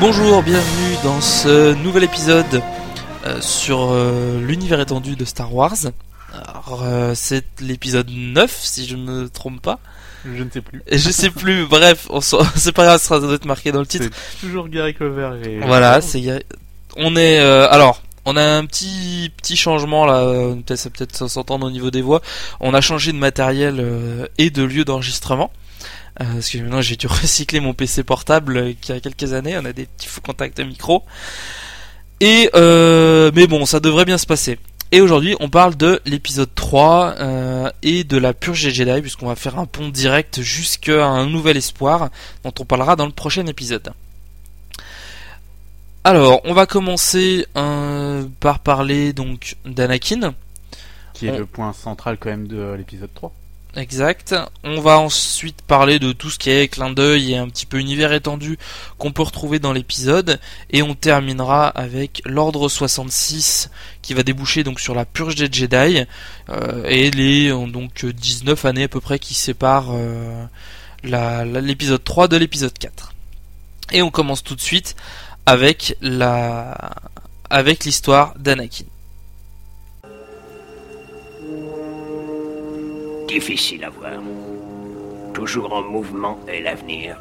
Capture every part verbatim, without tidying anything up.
Bonjour, bienvenue dans ce nouvel épisode euh, sur euh, l'univers étendu de Star Wars. Alors, euh, c'est l'épisode neuf, si je ne me trompe pas. Je ne sais plus. Et je sais plus, bref, on s'en... c'est pas grave, ça doit être marqué dans le titre. C'est toujours Gary Clover. Et... Voilà, c'est Gary... On est... Euh, alors, on a un petit petit changement là, euh, peut-être ça peut-être s'entendre au niveau des voix. On a changé de matériel euh, et de lieu d'enregistrement. Euh, parce que maintenant j'ai dû recycler mon P C portable euh, qui a quelques années, on a des petits faux contacts micro. Et euh, mais bon, ça devrait bien se passer. Et aujourd'hui, on parle de l'épisode trois euh, et de la purge des Jedi, puisqu'on va faire un pont direct jusqu'à un nouvel espoir dont on parlera dans le prochain épisode. Alors, on va commencer euh, par parler donc d'Anakin, qui est on... le point central quand même de l'épisode trois. Exact. On va ensuite parler de tout ce qui est clin d'œil et un petit peu univers étendu qu'on peut retrouver dans l'épisode, et on terminera avec l'ordre soixante-six qui va déboucher donc sur la purge des Jedi euh, et les donc dix-neuf années à peu près qui séparent euh, la, la, l'épisode trois de l'épisode quatre. Et on commence tout de suite avec la avec l'histoire d'Anakin. Difficile à voir. Toujours en mouvement est l'avenir.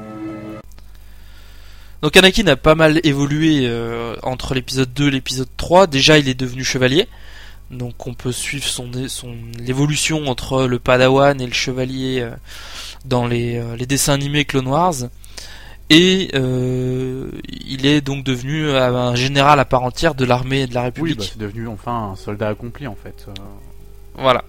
Donc Anakin a pas mal évolué euh, entre l'épisode deux et l'épisode trois. Déjà, il est devenu chevalier. Donc on peut suivre son, son l'évolution entre le Padawan et le chevalier euh, dans les, euh, les dessins animés Clone Wars. Et euh, il est donc devenu un général à part entière de l'armée de la République. Oui, bah, c'est devenu enfin un soldat accompli en fait. Euh... Voilà.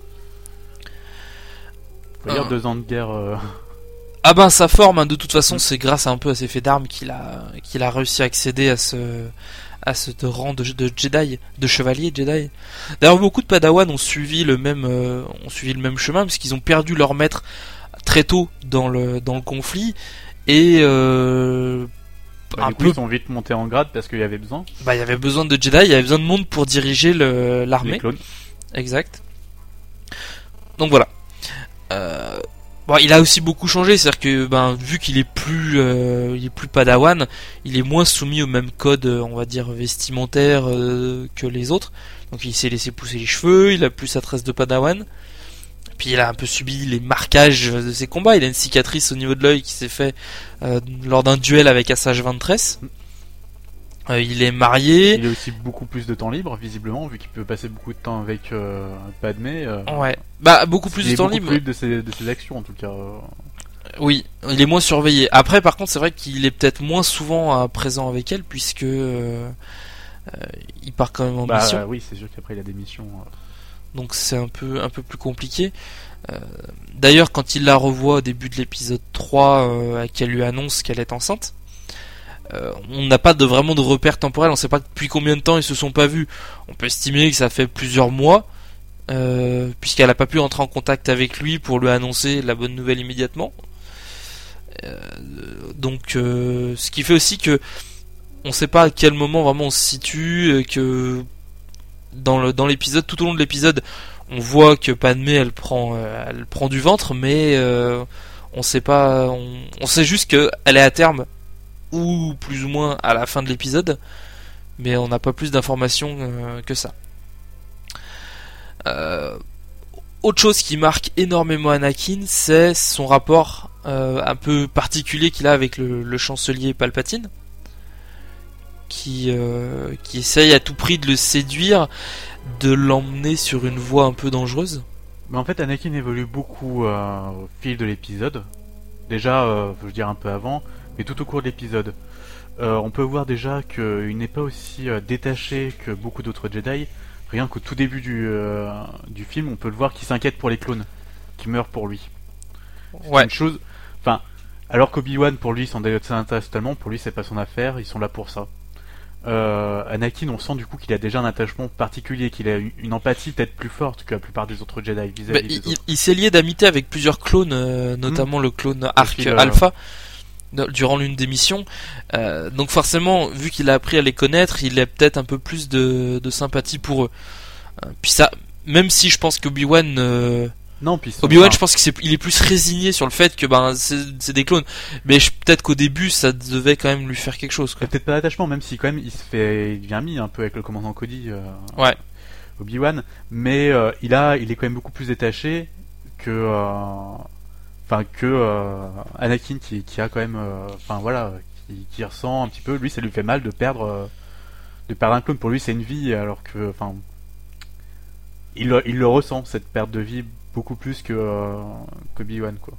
Faut dire euh... deux ans de guerre. Euh... Ah ben sa forme, hein, de toute façon, c'est grâce un peu à ses faits d'armes qu'il a qu'il a réussi à accéder à ce à ce rang de, de Jedi, de chevalier Jedi. D'ailleurs, beaucoup de Padawan ont suivi le même euh, ont suivi le même chemin parce qu'ils ont perdu leur maître très tôt dans le dans le conflit et euh, bah, un du coup, peu... ils sont vite montés en grade parce qu'il y avait besoin. Bah il y avait besoin de Jedi, il y avait besoin de monde pour diriger le l'armée. Les clones. Exact. Donc voilà. Euh, bon, il a aussi beaucoup changé, c'est-à-dire que ben vu qu'il est plus, euh, il est plus Padawan, il est moins soumis au même code, on va dire vestimentaire euh, que les autres. Donc il s'est laissé pousser les cheveux, il a plus sa tresse de Padawan. Puis il a un peu subi les marquages de ses combats. Il a une cicatrice au niveau de l'œil qui s'est fait euh, lors d'un duel avec Asajj Ventress. Euh, il est marié. Il a aussi beaucoup plus de temps libre, visiblement, vu qu'il peut passer beaucoup de temps avec euh, Padmé. Euh, ouais. Bah beaucoup plus de temps libre. Plus de ses, de ses actions, en tout cas. Euh... Oui, il est moins surveillé. Après, par contre, c'est vrai qu'il est peut-être moins souvent euh, présent avec elle, puisque euh, euh, il part quand même en bah, mission. Oui, c'est sûr qu'après il a des missions. Euh... Donc c'est un peu un peu plus compliqué. Euh, d'ailleurs, quand il la revoit au début de l'épisode trois, euh, qu'elle lui annonce qu'elle est enceinte. Euh, on n'a pas de vraiment de repères temporels, on sait pas depuis combien de temps ils se sont pas vus. On peut estimer que ça fait plusieurs mois, euh, puisqu'elle a pas pu entrer en contact avec lui pour lui annoncer la bonne nouvelle immédiatement. Euh, donc, euh, ce qui fait aussi que on sait pas à quel moment vraiment on se situe, que dans le dans l'épisode, tout au long de l'épisode, on voit que Padmé elle prend euh, elle prend du ventre, mais euh, on sait pas, on, on sait juste que elle est à terme. Ou plus ou moins à la fin de l'épisode, mais on n'a pas plus d'informations euh, que ça. Euh, autre chose qui marque énormément Anakin, c'est son rapport euh, un peu particulier qu'il a avec le, le chancelier Palpatine, qui, euh, qui essaye à tout prix de le séduire, de l'emmener sur une voie un peu dangereuse. Mais en fait, Anakin évolue beaucoup euh, au fil de l'épisode. Déjà, euh, je veux dire un peu avant, mais tout au cours de l'épisode. Euh, on peut voir déjà qu'il n'est pas aussi euh, détaché que beaucoup d'autres Jedi. Rien qu'au tout début du, euh, du film, on peut le voir qu'il s'inquiète pour les clones qui meurent pour lui. C'est ouais. Une chose. Enfin, alors qu'Obi-Wan pour lui s'en intéresse tellement, pour lui c'est pas son affaire, ils sont là pour ça. Euh, Anakin, on sent du coup qu'il a déjà un attachement particulier, qu'il a une empathie peut-être plus forte que la plupart des autres Jedi vis-à-vis bah, des il, autres. Il s'est lié d'amitié avec plusieurs clones, euh, notamment mmh. le clone Arc le... Alpha. Durant l'une des missions, euh, donc forcément, vu qu'il a appris à les connaître, il a peut-être un peu plus de, de sympathie pour eux. Euh, puis ça, même si je pense qu'Obi-Wan euh, Non, puis son- Obi-Wan, enfin, je pense qu'il est plus résigné sur le fait que ben c'est, c'est des clones. Mais je, peut-être qu'au début, ça devait quand même lui faire quelque chose. il Quoi. a peut-être pas d'attachement, même si quand même il se fait, il devient ami un peu avec le commandant Cody. euh, Ouais. Obi-Wan, mais euh, il a, il est quand même beaucoup plus détaché que, euh, enfin que euh, Anakin qui, qui a quand même, euh, enfin voilà, qui, qui ressent un petit peu. Lui, ça lui fait mal de perdre, euh, de perdre un clone. Pour lui, c'est une vie, alors que, enfin, il, le- il le ressent cette perte de vie beaucoup plus que euh, qu'Obi-Wan quoi.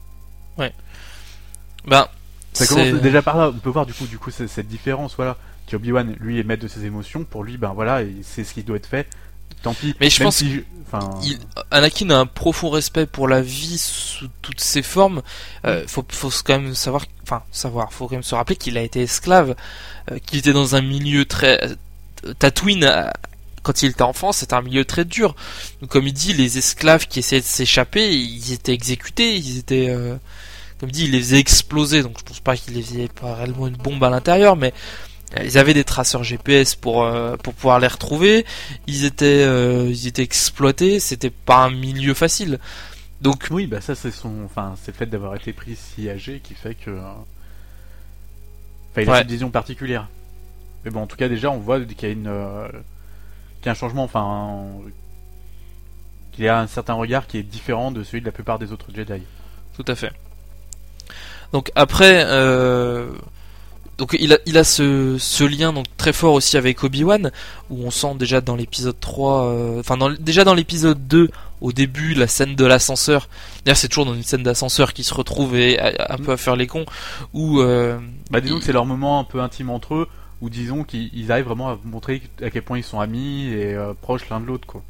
Ben, Ça c'est... commence déjà par là. On peut voir du coup, du coup, c'est- cette différence, voilà. Que Obi-Wan, lui, est maître de ses émotions. Pour lui, ben voilà, et c'est ce qui doit être fait. Tant pis. Mais je Même pense si, enfin, Il, Anakin a un profond respect pour la vie sous toutes ses formes. Euh, faut, faut quand même savoir, enfin savoir, faut quand même se rappeler qu'il a été esclave, euh, qu'il était dans un milieu très euh, Tatooine. euh, Quand il était enfant, c'était un milieu très dur. Donc, comme il dit, les esclaves qui essayaient de s'échapper, ils étaient exécutés, ils étaient, euh, comme il dit, il les faisait exploser. Donc, je pense pas qu'il les faisait pas réellement une bombe à l'intérieur, mais euh, ils avaient des traceurs G P S pour euh, pour pouvoir les retrouver. Ils étaient euh, ils étaient exploités. C'était pas un milieu facile. Donc oui, bah ça c'est son, enfin c'est le fait d'avoir été pris si âgé qui fait que, euh, enfin il a Ouais. cette vision particulière. Mais bon, en tout cas déjà on voit qu'il y a une, euh, qu'il y a un changement, enfin qu'il y a un certain regard qui est différent de celui de la plupart des autres Jedi. tout à fait. Donc après, euh, donc il a, il a ce, ce lien donc très fort aussi avec Obi-Wan, où on sent déjà dans l'épisode trois, euh, enfin dans, déjà dans l'épisode deux, au début, la scène de l'ascenseur. D'ailleurs, c'est toujours dans une scène d'ascenseur qu'ils se retrouvent et à- un peu à faire les cons, où euh, Bah disons il- que c'est leur moment un peu intime entre eux, où disons qu'ils ils arrivent vraiment à montrer à quel point ils sont amis et euh, proches l'un de l'autre quoi.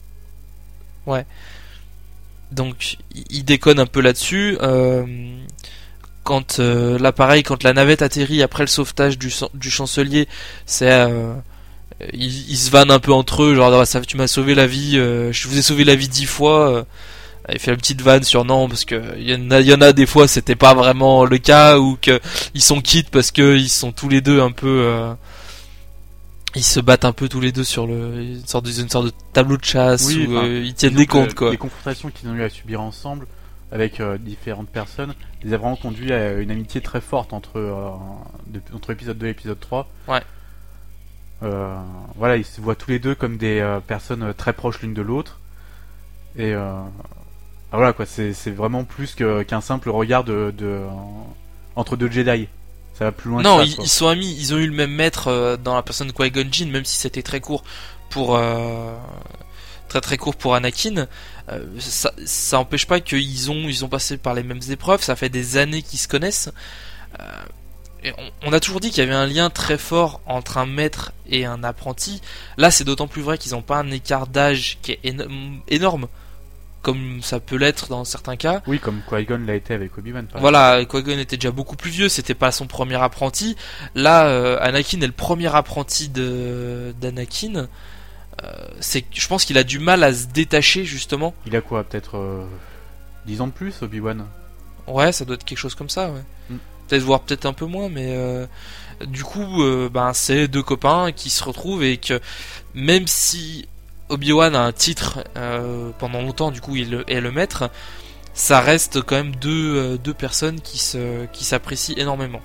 donc il il déconne un peu là-dessus. Euh, quand euh, là pareil, quand la navette atterrit après le sauvetage du, chan- du chancelier, c'est euh, ils, ils se vannent un peu entre eux, genre ah, ça, tu m'as sauvé la vie, euh, je vous ai sauvé la vie dix fois. euh. Il fait la petite vanne sur non parce que il y en a, il y en a des fois c'était pas vraiment le cas, ou que ils sont quittes parce que ils sont tous les deux un peu euh, ils se battent un peu tous les deux sur le une sorte de, une sorte de tableau de chasse Oui, où enfin, euh, ils tiennent Disons des que comptes quoi. Les confrontations qu'ils ont eu à subir ensemble avec euh, différentes personnes les a vraiment conduits à une amitié très forte entre, euh, de- entre épisode deux et épisode trois. Ouais. Euh, voilà, ils se voient tous les deux comme des euh, personnes euh, très proches l'une de l'autre. Et euh, ah, voilà quoi, c'est c'est vraiment plus que- qu'un simple regard de, de, euh, entre deux Jedi. Ça va plus loin Non, que ça. ils, quoi. ils sont amis, ils ont eu le même maître euh, dans la personne de Qui-Gon Jinn, même si c'était très court pour euh, très très court pour Anakin. Euh, ça, ça empêche pas qu'ils ont ils ont passé par les mêmes épreuves. Ça fait des années qu'ils se connaissent. Euh, et on, on a toujours dit qu'il y avait un lien très fort entre un maître et un apprenti. Là, c'est d'autant plus vrai qu'ils n'ont pas un écart d'âge qui est éno- énorme, comme ça peut l'être dans certains cas. Oui, comme Qui-Gon l'a été avec Obi-Wan. par Voilà, Qui-Gon était déjà beaucoup plus vieux, c'était pas son premier apprenti. Là, euh, Anakin est le premier apprenti de d'Anakin. Euh, c'est, je pense qu'il a du mal à se détacher justement. exemple. Il a quoi, peut-être euh, dix ans de plus, Obi-Wan? Ouais, ça doit être quelque chose comme ça. Ouais. Mm. Peut-être voire peut-être un peu moins, mais euh, du coup, euh, ben c'est deux copains qui se retrouvent et que même si Obi-Wan a un titre euh, pendant longtemps, du coup il est le maître, ça reste quand même deux, euh, deux personnes qui, se, qui s'apprécient énormément.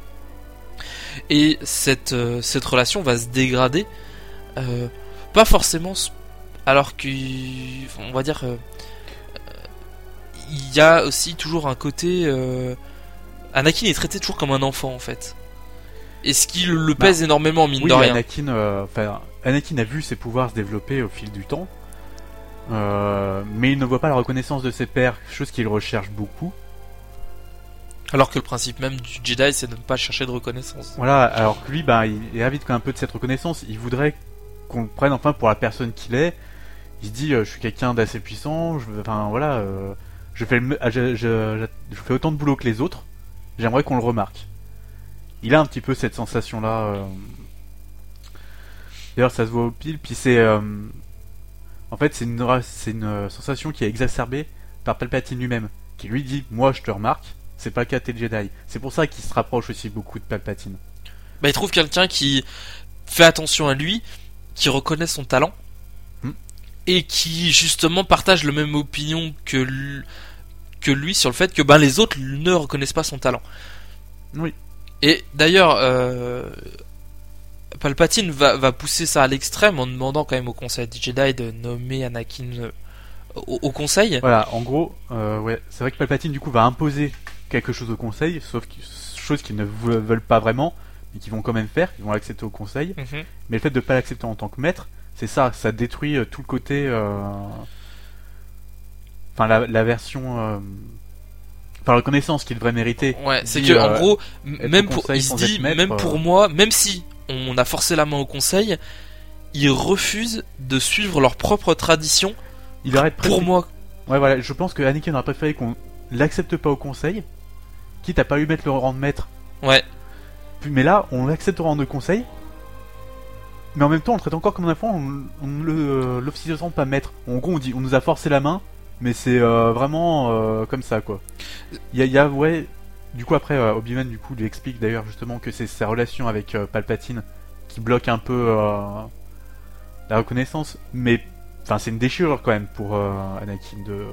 Et cette, euh, cette relation va se dégrader, euh, pas forcément, alors qu'on va dire, euh, il y a aussi toujours un côté, euh, Anakin est traité toujours comme un enfant en fait. Et ce qui le pèse bah, énormément, mine oui, de rien. Anakin, euh, Anakin a vu ses pouvoirs se développer au fil du temps. Euh, mais il ne voit pas la reconnaissance de ses pairs, chose qu'il recherche beaucoup. Alors que le principe même du Jedi, c'est de ne pas chercher de reconnaissance. Voilà, alors que lui, bah, il est avide un peu de cette reconnaissance. Il voudrait qu'on le prenne enfin pour la personne qu'il est. Il se dit, euh, je suis quelqu'un d'assez puissant. Je, enfin voilà, euh, je fais, le, je, je, je, je fais autant de boulot que les autres. J'aimerais qu'on le remarque. Il a un petit peu cette sensation-là. Euh... D'ailleurs, ça se voit au pile. Puis c'est euh... En fait, c'est une, c'est une sensation qui est exacerbée par Palpatine lui-même, qui lui dit « Moi, je te remarque, c'est pas le cas de tes Jedi ». C'est pour ça qu'il se rapproche aussi beaucoup de Palpatine. Bah, il trouve quelqu'un qui fait attention à lui, qui reconnaît son talent, hmm. et qui justement partage la même opinion que lui, que lui sur le fait que ben les autres ne reconnaissent pas son talent. Oui. Et d'ailleurs, euh, Palpatine va, va pousser ça à l'extrême en demandant quand même au Conseil des Jedi de nommer Anakin euh, au, au Conseil. Voilà, en gros, euh, ouais, c'est vrai que Palpatine du coup va imposer quelque chose au Conseil, sauf que chose qu'ils ne veulent pas vraiment, mais qu'ils vont quand même faire, ils vont l'accepter au Conseil. Mm-hmm. Mais le fait de ne pas l'accepter en tant que maître, c'est ça, ça détruit euh, tout le côté, euh... enfin la, la version. Euh... Par reconnaissance qu'il devrait mériter. Ouais, c'est dit, que euh, en gros, même pour, il se dit, maître, même euh... pour moi, même si on a forcé la main au Conseil, ils refusent de suivre leur propre tradition. Il arrête pour préféré... moi. Ouais, voilà, je pense que Anakin aurait préféré qu'on l'accepte pas au Conseil, quitte à pas lui mettre le rang de maître. Ouais. Puis, mais là, on l'accepte au rang de Conseil, mais en même temps, on le traite encore comme un enfant, on, on le euh, l'officialisant pas maître. En gros, on dit, on nous a forcé la main. Mais c'est euh, vraiment euh, comme ça, quoi. Il y a, y a, ouais... Du coup, après, euh, Obi-Wan, du coup, lui explique d'ailleurs, justement, que c'est sa relation avec euh, Palpatine qui bloque un peu euh, la reconnaissance. Mais, enfin, c'est une déchirure, quand même, pour euh, Anakin de...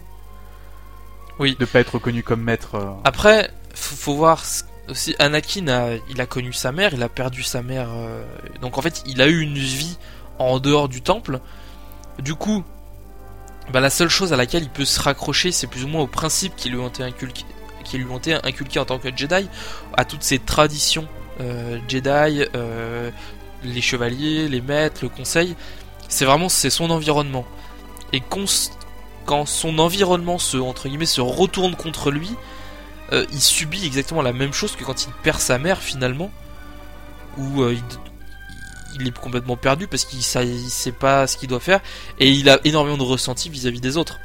Oui. De pas être reconnu comme maître. Euh... Après, faut, faut voir... Aussi, Anakin, a, il a connu sa mère, il a perdu sa mère... Euh, donc, en fait, il a eu une vie en dehors du temple. Du coup... Bah, la seule chose à laquelle il peut se raccrocher, c'est plus ou moins aux principes qui lui ont été inculqués, qui lui ont été inculqués en tant que Jedi, à toutes ces traditions euh, Jedi, euh, les chevaliers, les maîtres, le conseil. C'est vraiment c'est son environnement. Et cons- quand son environnement se entre guillemets se retourne contre lui, euh, il subit exactement la même chose que quand il perd sa mère finalement, où euh, il il est complètement perdu parce qu'il sait, il sait pas ce qu'il doit faire et il a énormément de ressenti vis-à-vis des autres.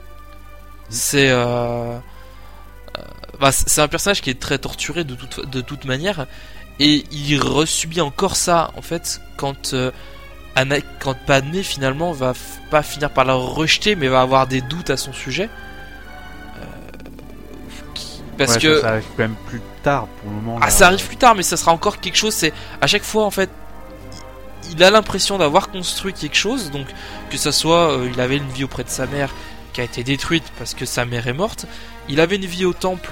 C'est euh, euh, bah, c'est un personnage qui est très torturé de toute de toute manière et il resubit encore ça en fait quand euh, Anna, quand Padmé finalement va f- pas finir par la rejeter mais va avoir des doutes à son sujet. Euh, qui, parce ouais, que ça, ça arrive quand même plus tard pour le moment. Ah, là. ça arrive plus tard mais ça sera encore quelque chose. C'est à chaque fois en fait. Il a l'impression d'avoir construit quelque chose, donc que ça soit, euh, il avait une vie auprès de sa mère qui a été détruite parce que sa mère est morte. Il avait une vie au temple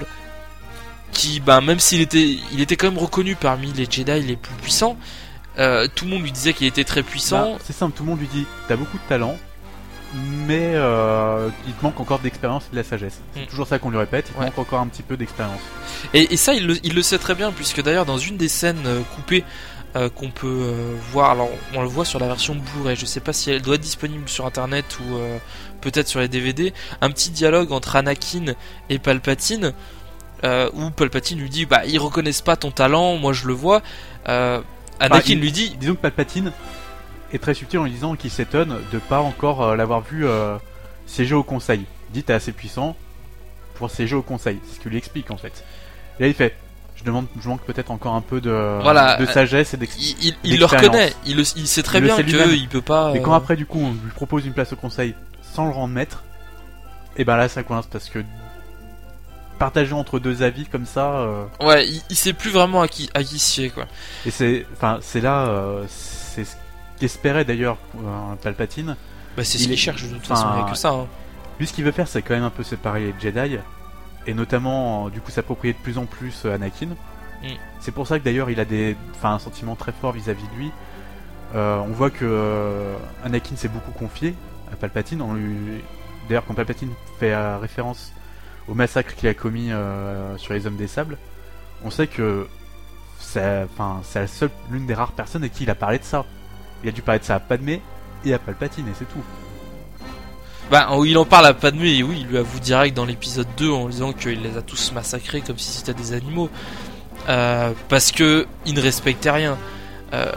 qui, ben, même s'il était, il était quand même reconnu parmi les Jedi les plus puissants. Euh, tout le monde lui disait qu'il était très puissant. Bah, c'est simple, tout le monde lui dit, t'as beaucoup de talent, mais euh, il te manque encore d'expérience et de la sagesse. C'est Mm. toujours ça qu'on lui répète. Il te Ouais. manque encore un petit peu d'expérience. Et, et ça, il le, il le sait très bien, puisque d'ailleurs dans une des scènes euh, coupées. Euh, qu'on peut euh, voir, alors on le voit sur la version Blu-ray, je sais pas si elle doit être disponible sur internet ou euh, peut-être sur les D V D, un petit dialogue entre Anakin et Palpatine euh, où Palpatine lui dit bah ils reconnaissent pas ton talent, moi je le vois. euh, Anakin Enfin, il, lui dit disons que Palpatine est très subtil en lui disant qu'il s'étonne de pas encore euh, l'avoir vu euh, siéger au conseil. Il dit t'es assez puissant pour siéger au conseil, c'est ce qu'il lui explique en fait. Et là il fait Je demande, je manque peut-être encore un peu de, voilà, de sagesse et d'ex- il, il, il le reconnaît, il, le, il sait très il bien qu'il peut pas. Mais euh... quand après du coup on lui propose une place au conseil sans le rendre maître, et ben là ça coince parce que partager entre deux avis comme ça. Euh... Ouais, il, il sait plus vraiment à qui à qui se fier quoi. Et c'est, enfin c'est là, euh, c'est ce qu'espérait d'ailleurs euh, Palpatine. Bah c'est il ce qu'il est... cherche de toute enfin, façon, il n'y a que ça. Hein. Lui ce qu'il veut faire c'est quand même un peu séparer les Jedi. Et notamment, du coup, s'approprier de plus en plus euh, Anakin. Mm. C'est pour ça que d'ailleurs, il a des, enfin, un sentiment très fort vis-à-vis de lui. Euh, on voit que euh, Anakin s'est beaucoup confié à Palpatine. On lui... D'ailleurs, quand Palpatine fait euh, référence au massacre qu'il a commis euh, sur les Hommes des Sables, on sait que c'est, enfin, c'est la seule, l'une des rares personnes à qui il a parlé de ça. Il a dû parler de ça à Padmé et à Palpatine, et c'est tout. Bah, il en parle à Padmé, et oui, il lui avoue direct dans l'épisode deux en disant qu'il les a tous massacrés comme si c'était des animaux. Euh, parce que il ne respectait rien. Euh,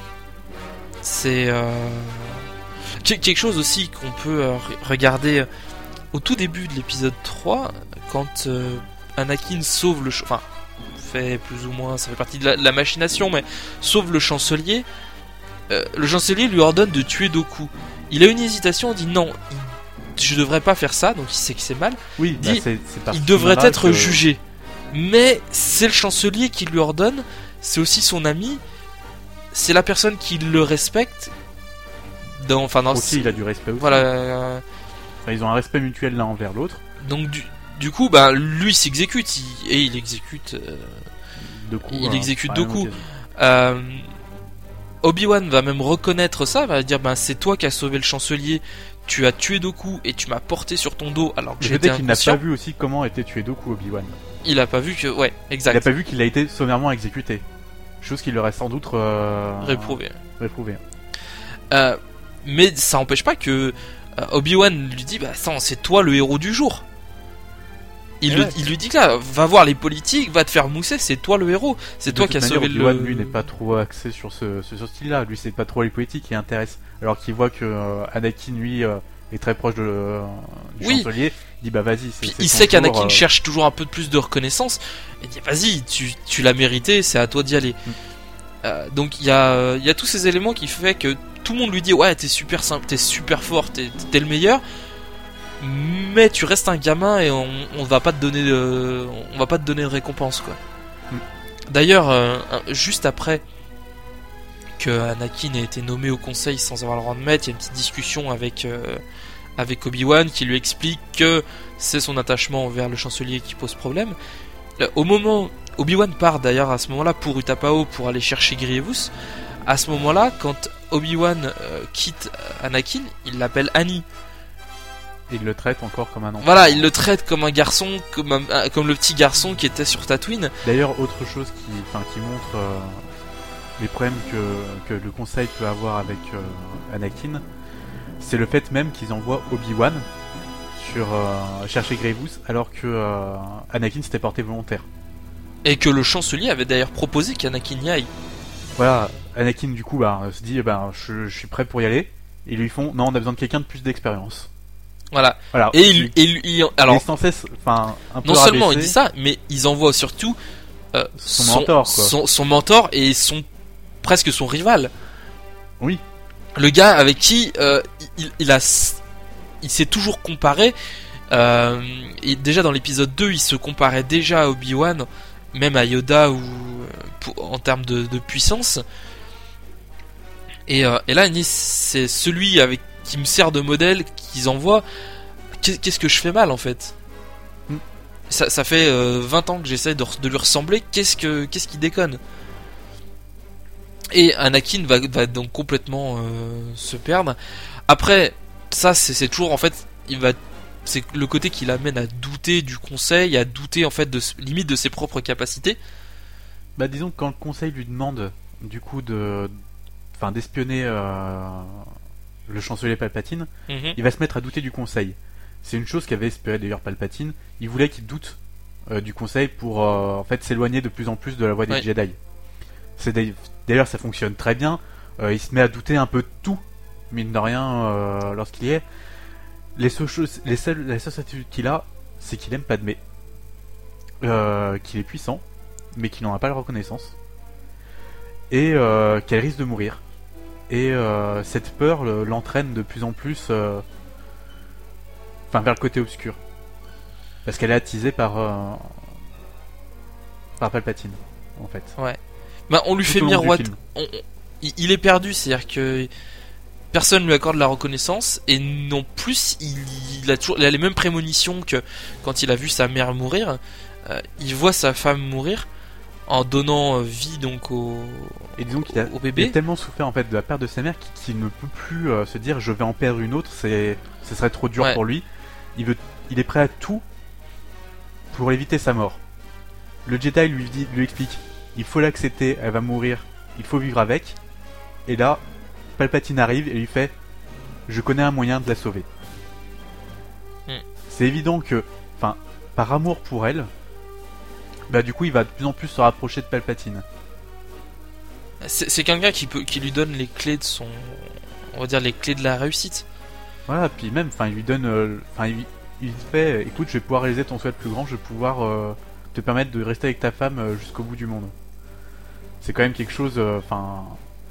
c'est euh, quelque chose aussi qu'on peut euh, regarder au tout début de l'épisode trois, quand euh, Anakin sauve le... Ch- enfin, fait plus ou moins, ça fait partie de la, de la machination, mais sauve le chancelier. Euh, le chancelier lui ordonne de tuer Dooku. Il a une hésitation, il dit non, il je devrais pas faire ça, donc il sait que c'est mal. Oui, il dit, bah c'est, c'est il devrait être que... jugé. Mais c'est le chancelier qui lui ordonne, c'est aussi son ami, c'est la personne qui le respecte. dans, enfin dans. Aussi, il a du respect aussi. Voilà. Euh... Enfin, ils ont un respect mutuel l'un envers l'autre. Donc du, du coup, bah lui s'exécute il, et il exécute. Euh, deux coups, il hein, exécute deux coups. Euh, Obi-Wan va même reconnaître ça, va dire bah c'est toi qui as sauvé le chancelier. Tu as tué Dooku et tu m'as porté sur ton dos alors que j'étais inconscient. Il n'a pas vu aussi comment était tué Dooku, Obi-Wan. Il a pas vu que, ouais, exact. Il a pas vu qu'il a été sommairement exécuté. Chose qui leur est sans doute euh... réprouvé. Réprouvé. Euh, mais ça n'empêche pas que euh, Obi-Wan lui dit bah attends, c'est toi le héros du jour. Il, le, ouais. il lui dit que là, va voir les politiques, va te faire mousser, c'est toi le héros, c'est de toi qui as sauvé Obi-Wan, le. Lui n'est pas trop axé sur ce, ce, ce style-là. Lui, c'est pas trop les politiques qui intéressent. Alors qu'il voit que euh, Anakin, lui, euh, est très proche de, euh, du oui. chancelier. Il dit bah vas-y. C'est, c'est il sait qu'Anakin euh... cherche toujours un peu plus de reconnaissance. Il dit vas-y, tu, tu l'as mérité, c'est à toi d'y aller. Mm. Euh, donc il y a, il y a tous ces éléments qui fait que tout le monde lui dit ouais t'es super simple, t'es super fort, t'es, t'es le meilleur. Mais tu restes un gamin et on, on va pas te donner de, on va pas te donner de récompense quoi. Mm. D'ailleurs, euh, juste après que Anakin ait été nommé au conseil sans avoir le rang de maître, il y a une petite discussion avec euh, avec Obi-Wan qui lui explique que c'est son attachement envers le chancelier qui pose problème. Euh, au moment, Obi-Wan part d'ailleurs à ce moment-là pour Utapao pour aller chercher Grievous. À ce moment-là, quand Obi-Wan euh, quitte Anakin, il l'appelle Annie. Il le traite encore comme un enfant. Voilà, il le traite comme un garçon, comme, un, comme le petit garçon qui était sur Tatooine. D'ailleurs, autre chose qui, enfin, qui montre euh, les problèmes que, que le Conseil peut avoir avec euh, Anakin, c'est le fait même qu'ils envoient Obi-Wan sur euh, chercher Grievous, alors que euh, Anakin s'était porté volontaire. Et que le chancelier avait d'ailleurs proposé qu'Anakin y aille. Voilà, Anakin du coup bah, se dit bah, je, je suis prêt pour y aller. Ils lui font non, on a besoin de quelqu'un de plus d'expérience. Voilà. voilà. Et il, il, il, alors, il est sans cesse, enfin, un peu non rabaissé. seulement il dit ça, mais ils envoient surtout euh, son, son mentor, quoi. Son, son mentor et son presque son rival. Oui. Le gars avec qui euh, il, il a, il s'est toujours comparé. Euh, et déjà dans l'épisode deux, il se comparait déjà à Obi-Wan, même à Yoda ou pour, en termes de, de puissance. Et, euh, et là, c'est celui avec qui me sert de modèle qu'ils envoient. Qu'est-ce que je fais mal en fait? mm. ça, ça fait euh, vingt ans que j'essaie de, de lui ressembler. Qu'est-ce que qu'est-ce qui déconne? Et Anakin va, va donc complètement euh, se perdre. Après, ça c'est, c'est toujours en fait, il va, c'est le côté qui l'amène à douter du conseil, à douter en fait de limite de ses propres capacités. Bah disons que quand le conseil lui demande du coup de, enfin d'espionner euh, le chancelier Palpatine, mm-hmm. il va se mettre à douter du conseil. C'est une chose qu'avait espéré d'ailleurs Palpatine. Il voulait qu'il doute euh, du conseil pour euh, en fait s'éloigner de plus en plus de la voie des ouais. Jedi. C'est d'ailleurs ça fonctionne très bien. Euh, il se met à douter un peu de tout, mine de rien, euh, lorsqu'il y est. Les seules choses, les seules, la seule certitude qu'il a, c'est qu'il aime Padmé, euh, qu'il est puissant, mais qu'il n'en a pas la reconnaissance, et euh, qu'elle risque de mourir. Et euh, cette peur le, l'entraîne de plus en plus, euh, enfin vers le côté obscur, parce qu'elle est attisée par euh, par Palpatine, en fait. Ouais. Bah on lui Tout fait miroiter. On, on, il est perdu, c'est-à-dire que personne lui accorde la reconnaissance et non plus il, il a toujours, il a les mêmes prémonitions que quand il a vu sa mère mourir. Euh, il voit sa femme mourir en donnant vie donc au, et disons qu'il a, au bébé. Il a tellement souffert en fait de la perte de sa mère qu'il, qu'il ne peut plus euh, se dire je vais en perdre une autre, c'est, ce serait trop dur ouais. pour lui. Il veut, il est prêt à tout pour éviter sa mort. Le Jedi lui dit, lui explique, il faut l'accepter, elle va mourir, il faut vivre avec. Et là, Palpatine arrive et lui fait, je connais un moyen de la sauver. Mm. C'est évident que, enfin, par amour pour elle, bah du coup il va de plus en plus se rapprocher de Palpatine. C'est, c'est quelqu'un qui peut, qui lui donne les clés de son, on va dire les clés de la réussite. Voilà, puis même, enfin il lui donne, enfin euh, il, il fait, écoute, je vais pouvoir réaliser ton souhait le plus grand, je vais pouvoir euh, te permettre de rester avec ta femme euh, jusqu'au bout du monde. C'est quand même quelque chose, enfin.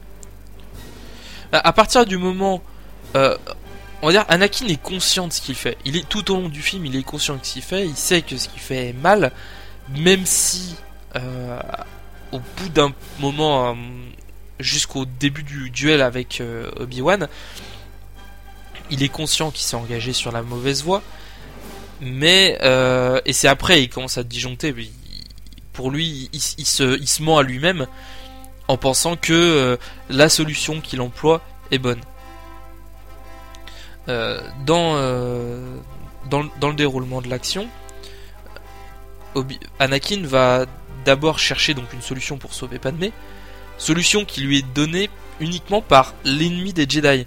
Euh, à partir du moment, euh, on va dire, Anakin est conscient de ce qu'il fait. Il est tout au long du film, il est conscient de ce qu'il fait. Il sait que ce qu'il fait est mal, même si, euh, au bout d'un moment, euh, jusqu'au début du duel avec euh, Obi-Wan, il est conscient qu'il s'est engagé sur la mauvaise voie, mais euh, et c'est après il commence à disjoncter. Il, pour lui, il, il, se, il se ment à lui-même en pensant que euh, la solution qu'il emploie est bonne. Euh, dans, euh, dans, dans le déroulement de l'action, Obi- Anakin va d'abord chercher donc une solution pour sauver Padmé, solution qui lui est donnée uniquement par l'ennemi des Jedi.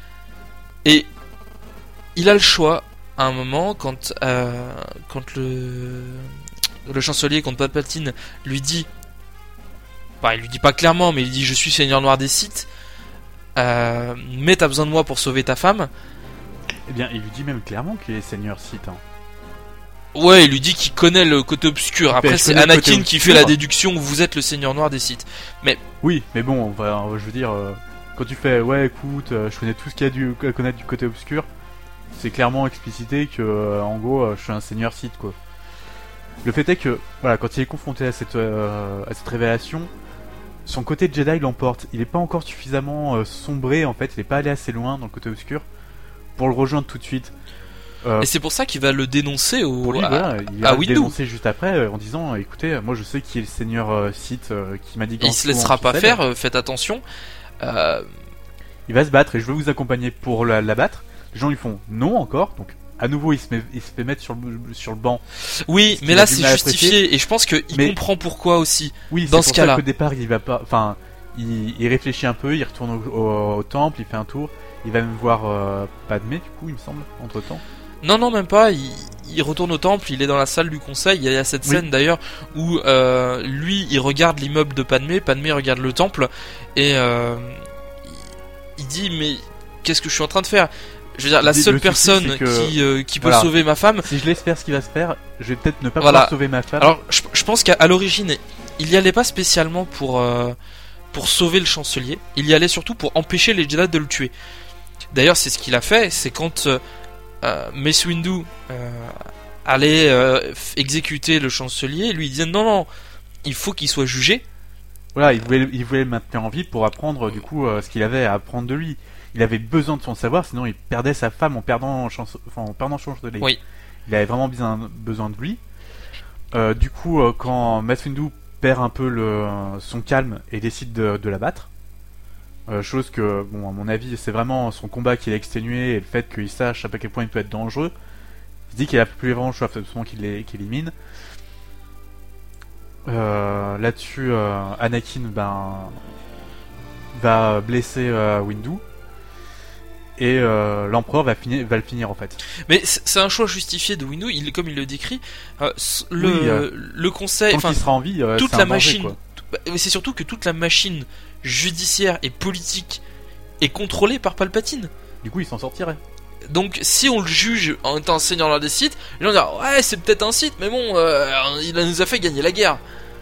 Et il a le choix à un moment quand euh, quand le le chancelier, quand Palpatine lui dit, bah il lui dit pas clairement, mais il dit je suis Seigneur Noir des Sith, euh, mais t'as besoin de moi pour sauver ta femme. Eh bien, il lui dit même clairement qu'il est Seigneur Sith. Hein. Ouais, il lui dit qu'il connaît le côté obscur. Après, Ben, c'est Anakin qui fait la déduction, vous êtes le Seigneur Noir des Sith. Mais oui, mais bon, on va, je veux dire, euh, quand tu fais, ouais, écoute, euh, je connais tout ce qu'il y a du, à connaître du côté obscur, c'est clairement explicité que, euh, en gros, euh, je suis un Seigneur Sith, quoi. Le fait est que, voilà, quand il est confronté à cette, euh, à cette révélation, son côté Jedi l'emporte. Il n'est pas encore suffisamment euh, sombré, en fait, il n'est pas allé assez loin dans le côté obscur pour le rejoindre tout de suite. Euh, et c'est pour ça qu'il va le dénoncer au pour lui, à, voilà, il va à le Windu. dénoncer juste après euh, en disant, écoutez, moi je sais qui est le Seigneur euh, Sith euh, qui m'a dit Et il se laissera pas faire, euh, faites attention. Euh... Il va se battre et je veux vous accompagner pour la, la battre. Les gens lui font non encore, donc à nouveau il se, met, il se fait mettre sur le, sur le banc. Oui, mais là c'est justifié et je pense qu'il mais... comprend pourquoi aussi. Oui, dans c'est ce pour cas-là. Ça qu'au départ il va pas, enfin, il, il réfléchit un peu, il retourne au, au, au temple, il fait un tour, il va même voir euh, Padmé du coup, il me semble, entre temps. Non, non, même pas. Il, il retourne au temple, il est dans la salle du conseil. Il y a cette scène oui. d'ailleurs où euh, lui, il regarde l'immeuble de Padmé, Padmé regarde le temple et euh, il dit mais qu'est-ce que je suis en train de faire? Je veux dire, la seule personne souci, que... qui, euh, qui peut voilà. sauver ma femme. Si je laisse faire ce qui va se faire, je vais peut-être ne pas voilà. pouvoir sauver ma femme. Alors, je, je pense qu'à l'origine, il y allait pas spécialement pour euh, pour sauver le chancelier. Il y allait surtout pour empêcher les Jedi de le tuer. D'ailleurs, c'est ce qu'il a fait. C'est quand euh, euh, Mace Windu euh, allait euh, exécuter le chancelier, lui il disait non non, il faut qu'il soit jugé. Voilà, il voulait il voulait le maintenir en vie pour apprendre du coup euh, ce qu'il avait à apprendre de lui. Il avait besoin de son savoir, sinon il perdait sa femme en perdant chance, enfin, en perdant chancelier. Oui. Il avait vraiment besoin besoin de lui. Euh, du coup, euh, quand Mace Windu perd un peu le son calme et décide de, de la battre. Euh, chose que, bon, à mon avis, c'est vraiment son combat qui l'a exténué et le fait qu'il sache à quel point il peut être dangereux. Il dit qu'il a plus vraiment le choix, absolument qu'il élimine. Euh, là-dessus, euh, Anakin ben, va blesser euh, Windu et euh, l'empereur va, finir, va le finir en fait. Mais c'est un choix justifié de Windu, il, comme il le décrit. Euh, le, oui, euh, le conseil, enfin, sera en vie, euh, toute la danger, machine. Quoi. Mais c'est surtout que toute la machine judiciaire et politique est contrôlée par Palpatine. Du coup, il s'en sortirait. Donc, si on le juge en étant un Seigneur Noir des Sith, les gens diront ouais, c'est peut-être un Sith, mais bon, euh, il nous a fait gagner la guerre.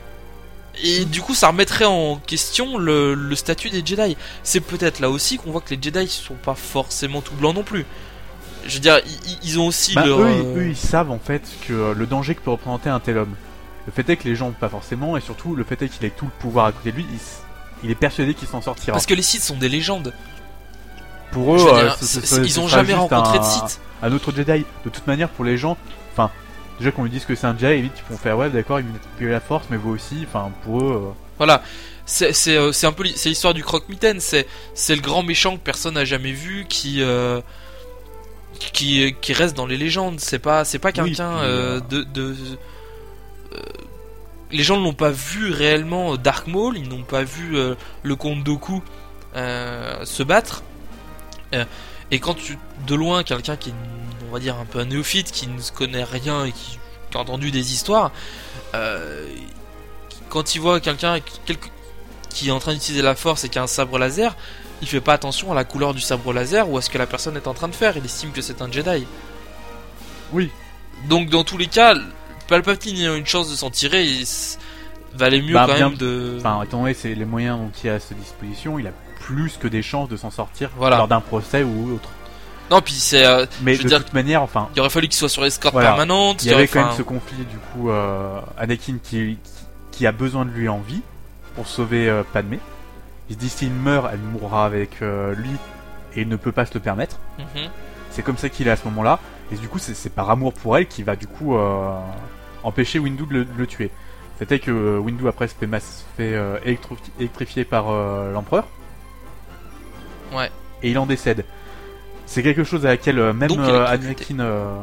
Et du coup, ça remettrait en question le, le statut des Jedi. C'est peut-être là aussi qu'on voit que les Jedi sont pas forcément tout blancs non plus. Je veux dire, ils, ils ont aussi bah, leur. Eux, eux, ils savent en fait que le danger que peut représenter un tel homme. Le fait est que les gens, pas forcément, et surtout le fait est qu'il ait tout le pouvoir à côté de lui, il, il est persuadé qu'il s'en sortira. Parce que les Sith sont des légendes. Pour eux, dire, euh, ce, ce, ce, ils ont ce jamais rencontré un, de Sith. Un autre Jedi. De toute manière, pour les gens, enfin, déjà qu'on lui dise que c'est un Jedi, vite ils vont faire ouais, d'accord, il manipule la Force, mais vous aussi. Enfin, pour eux. Euh... Voilà, c'est c'est euh, c'est un peu c'est l'histoire du croque-mitaine. C'est c'est le grand méchant que personne n'a jamais vu, qui euh, qui qui reste dans les légendes. C'est pas c'est pas quelqu'un oui, euh, de de euh, les gens ne l'ont pas vu réellement Dark Maul, ils n'ont pas vu euh, le comte Dooku euh, se battre. Euh, et quand tu de loin quelqu'un qui est, on va dire un peu un néophyte, qui ne connaît rien et qui, qui a entendu des histoires, euh, quand il voit quelqu'un qui est en train d'utiliser la force et qui a un sabre laser, il fait pas attention à la couleur du sabre laser ou à ce que la personne est en train de faire. Il estime que c'est un Jedi. Oui. Donc dans tous les cas, Palpatine ayant une chance de s'en tirer, il valait mieux bah, quand bien, même de. Enfin, étant donné c'est les moyens dont il a à sa disposition, il a plus que des chances de s'en sortir voilà. lors d'un procès ou autre. Non, puis c'est. Euh, mais je de veux toute dire, manière, enfin. Il aurait fallu qu'il soit sur escorte voilà. permanente. Il y avait quand quand même ce conflit du coup, euh, Anakin qui, qui a besoin de lui en vie pour sauver euh, Padmé. Il se dit s'il meurt, elle mourra avec euh, lui et il ne peut pas se le permettre. Mm-hmm. C'est comme ça qu'il est à ce moment-là. Et du coup, c'est, c'est par amour pour elle qu'il va du coup euh, empêcher Windu de le, de le tuer. C'était que euh, Windu après se fait, masse, fait euh, électro- électrifier par euh, l'empereur. Ouais. Et il en décède. C'est quelque chose à laquelle euh, même Donc, euh, électrocuté. Anakin, euh,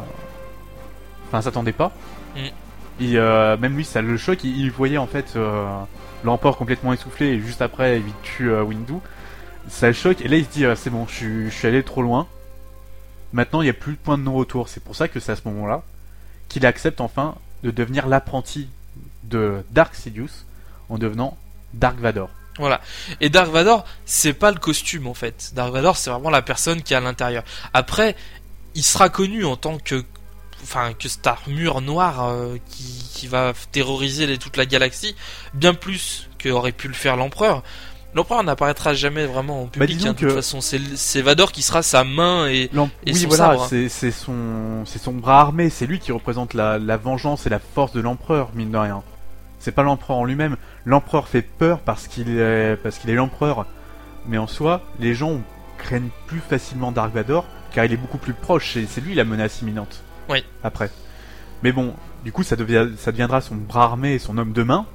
enfin, s'attendait pas. Mm. Et euh, même lui, ça le choque. Il, il voyait en fait euh, l'empereur complètement essoufflé et juste après, il tue euh, Windu. Ça le choque. Et là, il se dit euh, c'est bon, je suis, je suis allé trop loin. Maintenant, il n'y a plus de point de non-retour. C'est pour ça que c'est à ce moment-là qu'il accepte enfin de devenir l'apprenti de Dark Sidious en devenant Dark Vador. Voilà. Et Dark Vador, c'est pas le costume en fait. Dark Vador, c'est vraiment la personne qui est à l'intérieur. Après, il sera connu en tant que, enfin, que cette armure noire euh, qui, qui va terroriser les, toute la galaxie, bien plus qu'aurait pu le faire l'empereur. L'empereur n'apparaîtra jamais vraiment en public. disons Hein, de toute que- façon, c'est, c'est Vador qui sera sa main et, L'em- et oui, son voilà, sabre. c'est, c'est son, c'est son bras armé. C'est lui qui représente la, la vengeance et la force de l'empereur, mine de rien. C'est pas l'empereur en lui-même. L'empereur fait peur parce qu'il est, parce qu'il est l'empereur. Mais en soi, les gens craignent plus facilement Dark Vador car il est beaucoup plus proche. Et c'est lui la menace imminente. Oui. Après. Mais bon, du coup, ça, devient, ça deviendra son bras armé et son homme de main.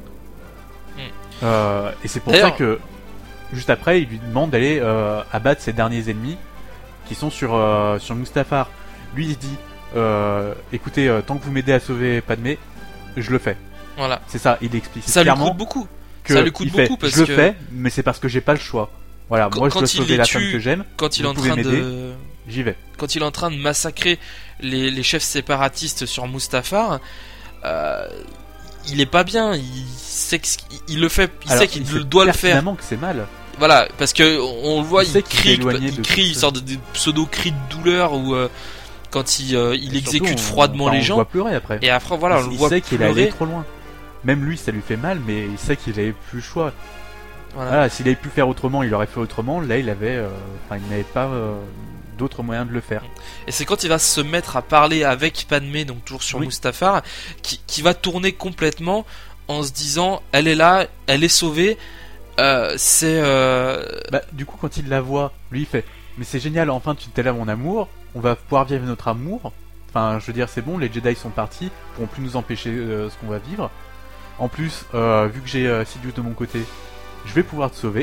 Mm. Euh, et c'est pour D'ailleurs- ça que juste après, il lui demande d'aller euh, abattre ses derniers ennemis qui sont sur euh, sur Mustafar. Lui, il se dit euh, écoutez, euh, tant que vous m'aidez à sauver Padmé, je le fais. Voilà. C'est ça, il explique Ça lui clairement coûte beaucoup. que ça lui coûte il fait, beaucoup parce je le que- fais, mais c'est parce que j'ai pas le choix. Voilà, Quand- moi je quand dois il sauver les la tue- femme que j'aime, Quand il est Vous en pouvez train m'aider. de, j'y vais. quand il est en train de massacrer les, les chefs séparatistes sur Mustafar, euh, il est pas bien. Il sait que, il le fait, il Alors, sait qu'il sait doit le faire. pertinemment que c'est mal. Voilà, parce que on le voit, Il il, sait qu'il crie, s'est éloigné il de crie, tout il ça. sort de des pseudo cris de douleur ou euh, quand il, euh, il Et exécute surtout, on- froidement enfin, les on le gens. voit pleurer après. Et après, voilà, on il, le il voit sait qu'il est allé pleurer. trop loin. Même lui, ça lui fait mal, mais il sait qu'il avait plus le choix. Voilà. Voilà, s'il avait pu faire autrement, il aurait fait autrement. Là, il avait, euh, enfin, il n'avait pas euh, d'autres moyens de le faire. Et c'est quand il va se mettre à parler avec Padmé, donc toujours sur Oui. Mustafar, qui, qui va tourner complètement en se disant, elle est là, elle est sauvée. Euh, c'est euh, Bah, du coup, quand il la voit, lui, il fait mais c'est génial, enfin, tu t'es là, mon amour. On va pouvoir vivre notre amour. Enfin, je veux dire, c'est bon, les Jedi sont partis, ils pourront plus nous empêcher euh, ce qu'on va vivre. En plus, euh, vu que j'ai euh, Sidious de mon côté, je vais pouvoir te sauver.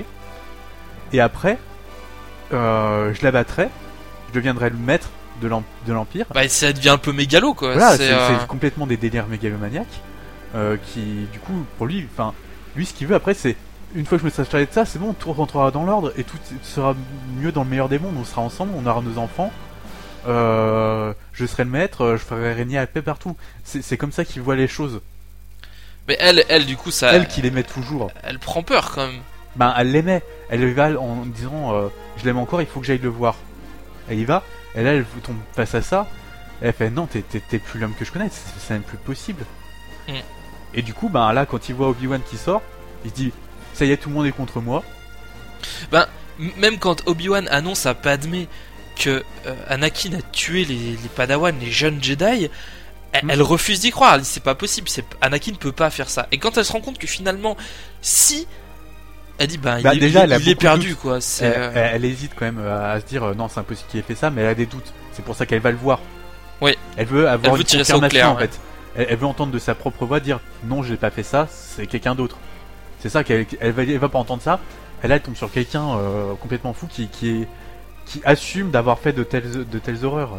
Et après, euh, je l'abattrai, je deviendrai le maître de l'em- de l'Empire. bah, ça devient un peu mégalo, quoi. Voilà, c'est, c'est euh, c'est complètement des délires mégalomaniaques. Euh, qui, du coup, pour lui, enfin, lui, ce qu'il veut après, c'est une fois que je me serai chargé de ça, c'est bon, tout rentrera dans l'ordre et tout sera mieux dans le meilleur des mondes. On sera ensemble, on aura nos enfants. Euh, je serai le maître, je ferai régner la paix partout. C'est c'est comme ça qu'il voit les choses. Mais elle, elle, du coup, ça, Elle qui l'aimait toujours, elle prend peur quand même. ben elle l'aimait. Elle y va en disant euh, je l'aime encore, il faut que j'aille le voir. Elle y va. Et là, elle tombe face à ça. Elle fait non, t'es t'es- t'es plus l'homme que je connais, c'est c'est même plus possible. Mm. Et du coup, ben là, quand il voit Obi-Wan qui sort, il se dit ça y est, tout le monde est contre moi. M- Même quand Obi-Wan annonce à Padmé que euh, Anakin a tué les, les Padawan, les jeunes Jedi, elle, Mm. elle refuse d'y croire. Elle dit c'est pas possible, c'est, Anakin peut pas faire ça. Et quand elle se rend compte que finalement, si, elle dit ben Bah, il, déjà, il- elle a il est beaucoup de perdu doutes. quoi. C'est, Elle, euh, elle- elle hésite quand même à, à se dire euh, non, c'est impossible qu'il ait fait ça, mais elle a des doutes. C'est pour ça qu'elle va le voir. Oui. Elle veut avoir veut une tirer ça au confirmation clair, en fait. Elle, elle veut entendre de sa propre voix dire non, j'ai pas fait ça, c'est quelqu'un d'autre. C'est ça qu'elle elle va, elle va pas entendre ça. Elle, elle tombe sur quelqu'un euh, complètement fou qui, qui, est, qui assume d'avoir fait de telles, de telles horreurs.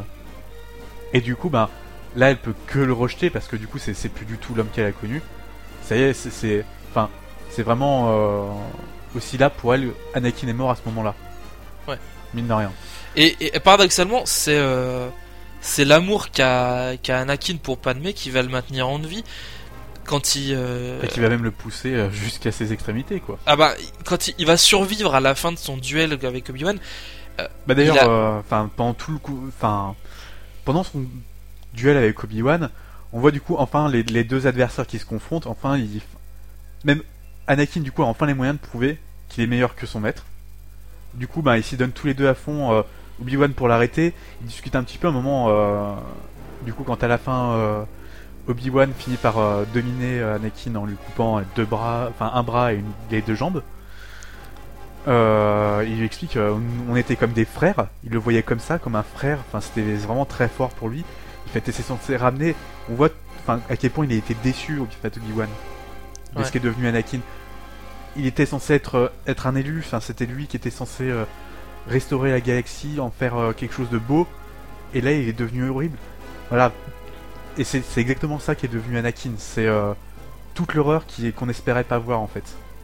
Et du coup, ben là, elle peut que le rejeter parce que du coup, c'est c'est plus du tout l'homme qu'elle a connu. Ça y est, c'est- c'est enfin, c'est vraiment euh, aussi là pour elle. Anakin est mort à ce moment-là. Ouais. Mine de rien. Et, et paradoxalement, c'est euh, c'est l'amour qu'a qu'a Anakin pour Padmé qui va le maintenir en vie. Quand il euh, Et qui va même le pousser euh, jusqu'à ses extrémités, quoi. ah bah quand il, il va survivre à la fin de son duel avec Obi-Wan. Bah d'ailleurs, Il a- euh, enfin pendant tout le coup, enfin pendant son duel avec Obi-Wan, on voit du coup enfin les, les deux adversaires qui se confrontent. Enfin, il... même Anakin du coup a enfin les moyens de prouver qu'il est meilleur que son maître. Du coup, bah ils s'y donnent tous les deux à fond. euh, Obi-Wan pour l'arrêter, ils discutent un petit peu un moment. Euh, du coup, quand à la fin euh, Obi-Wan finit par euh, dominer euh, Anakin en lui coupant deux bras, enfin un bras et une, les deux jambes. Euh, il lui explique euh, on était comme des frères, il le voyait comme ça, comme un frère, enfin c'était vraiment très fort pour lui. Il fait c'est censé ramener, on voit enfin à quel point il a été déçu au fait Obi-Wan de Ouais. ce qu'est devenu Anakin. Il était censé être euh, être un élu, enfin c'était lui qui était censé euh, restaurer la galaxie, en faire euh, quelque chose de beau, et là il est devenu horrible. Voilà. Et c'est, c'est exactement ça qui est devenu Anakin, c'est euh, toute l'horreur qui, qu'on espérait pas voir en fait.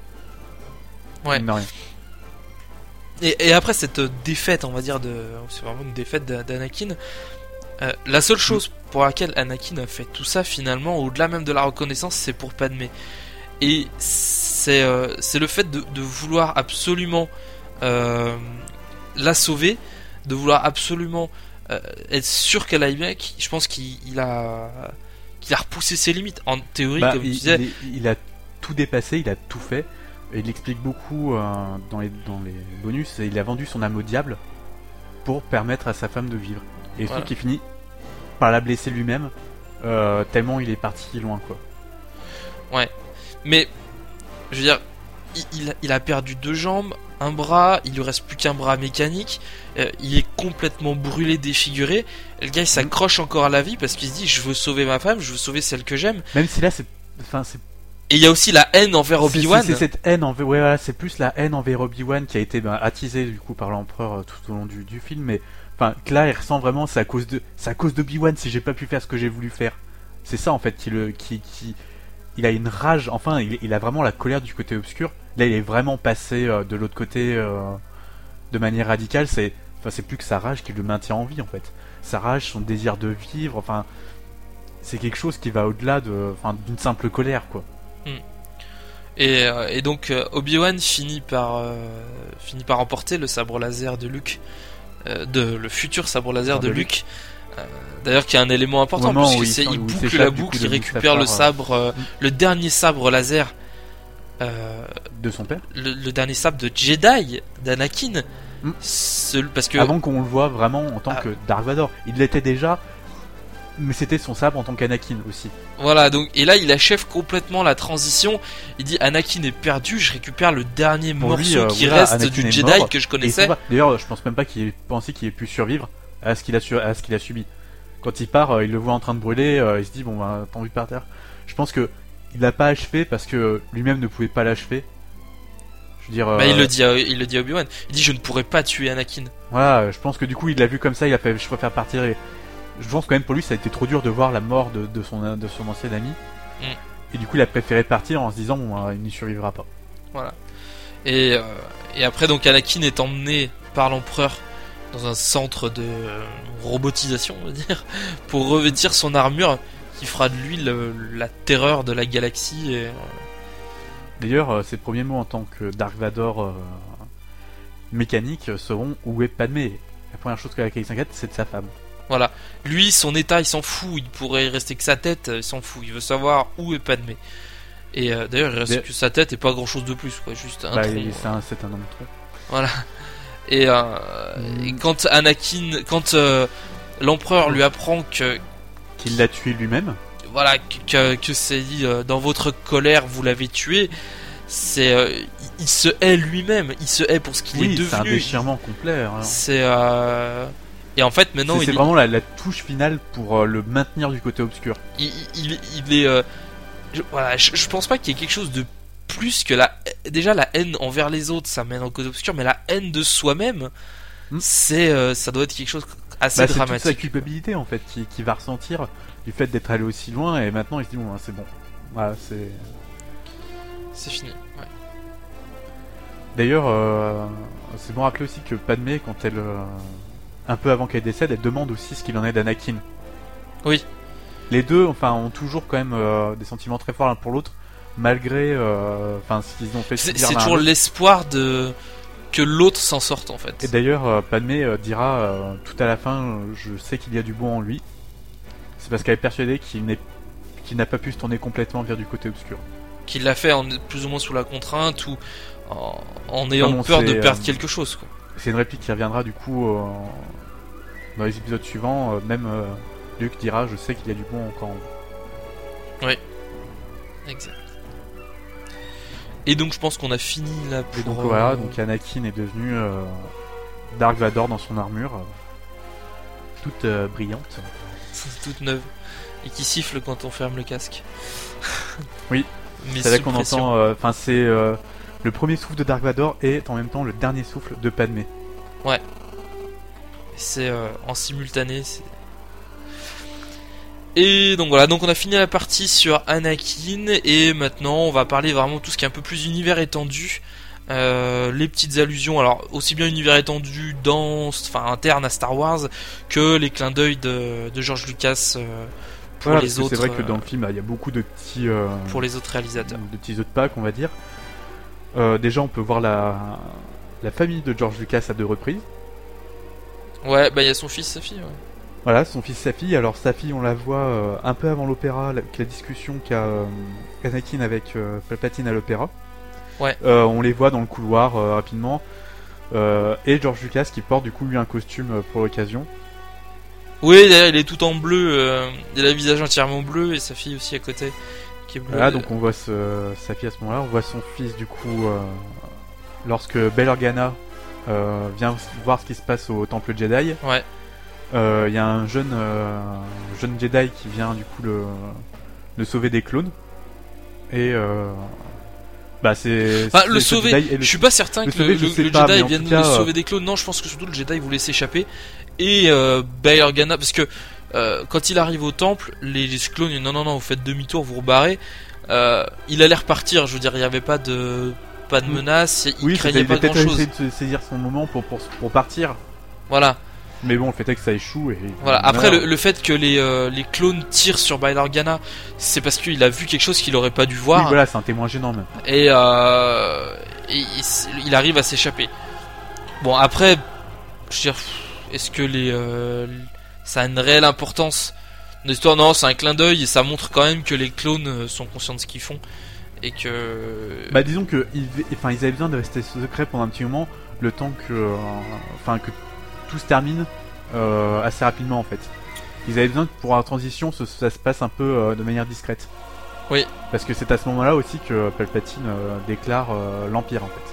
Ouais. Mine de rien. Et, et après cette défaite, on va dire, de, c'est vraiment une défaite d'A- d'Anakin. Euh, la seule chose pour laquelle Anakin a fait tout ça, finalement, au-delà même de la reconnaissance, c'est pour Padmé. Et c'est, euh, c'est le fait de, de vouloir absolument euh, la sauver, de vouloir absolument euh, être sûr qu'elle aille bien. Qui, je pense qu'il il a, qu'il a repoussé ses limites. En théorie, Bah, comme tu il, disais. il, est- il a tout dépassé, il a tout fait. Et il explique beaucoup euh, dans, les, dans les bonus. Et il a vendu son âme au diable pour permettre à sa femme de vivre. Et il se Voilà. trouve qu'il finit par la blesser lui-même, euh, tellement il est parti loin, quoi. Mais, je veux dire, il, il, il a perdu deux jambes, un bras, il lui reste plus qu'un bras mécanique, euh, il est complètement brûlé, défiguré. Le gars il s'accroche encore à la vie parce qu'il se dit je veux sauver ma femme, je veux sauver celle que j'aime. Même si là, c'est, enfin, c'est Et il y a aussi la haine envers C'est- Obi-Wan. C'est, c'est cette haine envers, ouais, voilà, c'est plus la haine envers Obi-Wan qui a été ben, attisée du coup par l'empereur euh, tout au long du, du film, mais enfin que là il ressent vraiment c'est à cause de, c'est à cause d'Obi-Wan si j'ai pas pu faire ce que j'ai voulu faire. C'est ça en fait qui le, qui, qui, il a une rage, enfin il, il a vraiment la colère du côté obscur. Là il est vraiment passé euh, de l'autre côté euh, de manière radicale. C'est, enfin c'est plus que sa rage qui le maintient en vie en fait. Sa rage, son désir de vivre, enfin c'est quelque chose qui va au-delà de, enfin d'une simple colère quoi. Et, euh, et donc euh, Obi-Wan finit par euh, finit par emporter le sabre laser de Luke, euh, de le futur sabre laser de, de Luke. Euh, D'ailleurs, qui est un élément important Au moment puisque où il c'est s'en- il où il boucle s'échappe la du coup boucle, de il récupère le Mustafar, sabre, euh, Mm. le dernier sabre laser, euh, De son père. le, le dernier sabre de Jedi d'Anakin. Mm. Seul- parce que Avant qu'on le voit vraiment en tant Ah. que Dark Vador. Il l'était déjà, mais c'était son sabre en tant qu'Anakin aussi. voilà, donc et là il achève complètement la transition. Il dit Anakin est perdu, je récupère le dernier Pour morceau lui, euh, qui voilà, reste Anakin du est Jedi mort, que je Et il connaissais. s'en va. D'ailleurs, je pense même pas qu'il ait pensé qu'il ait pu survivre à ce qu'il a, su- à ce qu'il a subi. Quand il part, euh, il le voit en train de brûler, euh, il se dit bon bah t'as envie par terre. Je pense que il l'a pas achevé parce que lui-même ne pouvait pas l'achever. Je veux dire. Bah, il euh, le dit, à, il le dit à Obi-Wan. Il dit je ne pourrais pas tuer Anakin. Voilà, je pense que du coup il l'a vu comme ça, il a fait je préfère partir et je pense quand même pour lui ça a été trop dur de voir la mort de, de son, de son ancien ami. Mm. Et du coup il a préféré partir en se disant bon euh, il n'y survivra pas. Voilà. Et, euh, et après, donc, Anakin est emmené par l'empereur dans un centre de euh, robotisation, on va dire, pour revêtir son armure qui fera de lui le- la terreur de la galaxie. Et, euh, D'ailleurs euh, ses premiers mots en tant que Dark Vador euh, mécanique seront où est Padmé. La première chose que laquelle il s'inquiète c'est de sa femme. voilà. Lui, son état, il s'en fout. Il pourrait rester que sa tête, il s'en fout. Il veut savoir où est Padmé. Et euh, d'ailleurs, il reste Mais- que sa tête et pas grand chose de plus, quoi. Juste un Bah, tronc. il- c'est, un, c'est un homme trop. Voilà. Et, euh, Mm. et quand Anakin, quand euh, l'empereur lui apprend que Qu'il l'a tué lui-même. voilà que, que c'est dit euh, dans votre colère vous l'avez tué, c'est euh, il, il se hait lui-même, il se hait pour ce qu'il est Oui, c'est un devenu. déchirement complet. hein. C'est euh, et en fait maintenant c'est, c'est il, vraiment la, la touche finale pour euh, le maintenir du côté obscur. il, il, il est euh, je, voilà, je, je pense pas qu'il y ait quelque chose de plus que la déjà la haine envers les autres, ça mène au côté obscur, mais la haine de soi-même, Hmm. c'est euh, ça doit être quelque chose assez Bah, c'est toute sa dramatique. culpabilité en fait qui, qui va ressentir du fait d'être allé aussi loin et maintenant il se dit bon c'est bon. Voilà, c'est. C'est fini. Ouais. D'ailleurs, euh, c'est bon rappeler aussi que Padmé, quand elle, euh, un peu avant qu'elle décède, elle demande aussi ce qu'il en est d'Anakin. Oui. Les deux, enfin, ont toujours quand même euh, des sentiments très forts l'un pour l'autre, malgré, euh, enfin, ce qu'ils ont fait. C'est, subir c'est l'un à toujours l'autre. l'espoir de que l'autre s'en sorte en fait. Et d'ailleurs, euh, Padmé euh, dira euh, tout à la fin, euh, je sais qu'il y a du bon en lui. C'est parce qu'elle est persuadée qu'il n'est, qu'il n'a pas pu se tourner complètement vers du côté obscur. Qu'il l'a fait en, plus ou moins sous la contrainte ou en, en ayant Non, peur c'est, de perdre euh, quelque chose quoi. C'est une réplique qui reviendra du coup euh, dans les épisodes suivants. euh, même euh, Luke dira, je sais qu'il y a du bon encore en vous. Exact. Et donc je pense qu'on a fini là pour... Et donc euh, voilà, donc Anakin est devenu euh, Dark Vador dans son armure, euh, toute euh, brillante. toute neuve. Et qui siffle quand on ferme le casque. Oui, Mais c'est là sous qu'on pression. entend, enfin c'est euh, le premier souffle de Dark Vador et en même temps le dernier souffle de Padmé. C'est euh, en simultané. C'est... Et donc voilà, donc on a fini la partie sur Anakin. Et maintenant on va parler vraiment de tout ce qui est un peu plus univers étendu. Euh, les petites allusions, alors aussi bien univers étendu dans, enfin interne à Star Wars, que les clins d'œil de, de George Lucas euh, pour Voilà, les parce que autres. c'est vrai que euh, dans le film, il y a beaucoup de petits, euh, pour les autres réalisateurs. de petits œufs de Pâques, on va dire. Euh, déjà, on peut voir la la famille de George Lucas à deux reprises. Ouais, bah il y a son fils, sa fille. Ouais. Voilà, son fils, sa fille. Alors sa fille, on la voit euh, un peu avant l'opéra, la, la discussion qu'a euh, Anakin avec euh, Palpatine à l'opéra. Ouais. Euh, on les voit dans le couloir euh, rapidement. Euh, et George Lucas qui porte du coup lui un costume euh, pour l'occasion. Oui, d'ailleurs, il est tout en bleu. Euh, il a le visage entièrement bleu et sa fille aussi à côté qui est bleue. Voilà, donc on voit ce, sa fille à ce moment-là. On voit son fils du coup euh, lorsque Bail Organa euh, vient voir ce qui se passe au temple Jedi. Ouais. Il euh, y a un jeune euh, jeune Jedi qui vient du coup le, le sauver des clones. Et euh, bah c'est, Enfin, c'est le sauver, Jedi et le- je suis pas certain le que sauver, le, je le- sais le pas, mais Jedi en vienne tout cas, le euh, sauver des clones. Non, je pense que surtout le Jedi voulait s'échapper. Et euh, Bail Organa, parce que euh, quand il arrive au temple, les, les clones disent non, non, non, vous faites demi-tour, vous rebarrez. Euh, il allait repartir, je veux dire, il n'y avait pas de, pas de Mm. menace, il Oui, craignait il pas a peut-être grand chose. essayé de se saisir son moment pour, pour, pour partir. Voilà. Mais bon, le fait est que ça échoue. Et Voilà. il Après, meurt. le, le fait que les, euh, les clones tirent sur Bail Organa, c'est parce qu'il a vu quelque chose qu'il aurait pas dû voir. Oui, voilà, c'est un témoin gênant même. Et, euh, et il, s- il arrive à s'échapper. Bon, après, je veux dire, est-ce que les, euh, ça a une réelle importance dans l'histoire? Non, c'est un clin d'œil et ça montre quand même que les clones euh, sont conscients de ce qu'ils font et que. Bah disons que ils, enfin, ils avaient besoin de rester secrets pendant un petit moment, le temps que, euh, enfin que tout se termine euh, assez rapidement en fait. Ils avaient besoin que pour la transition, ce- ça se passe un peu euh, de manière discrète. Oui. Parce que c'est à ce moment-là aussi que Palpatine euh, déclare euh, l'Empire en fait.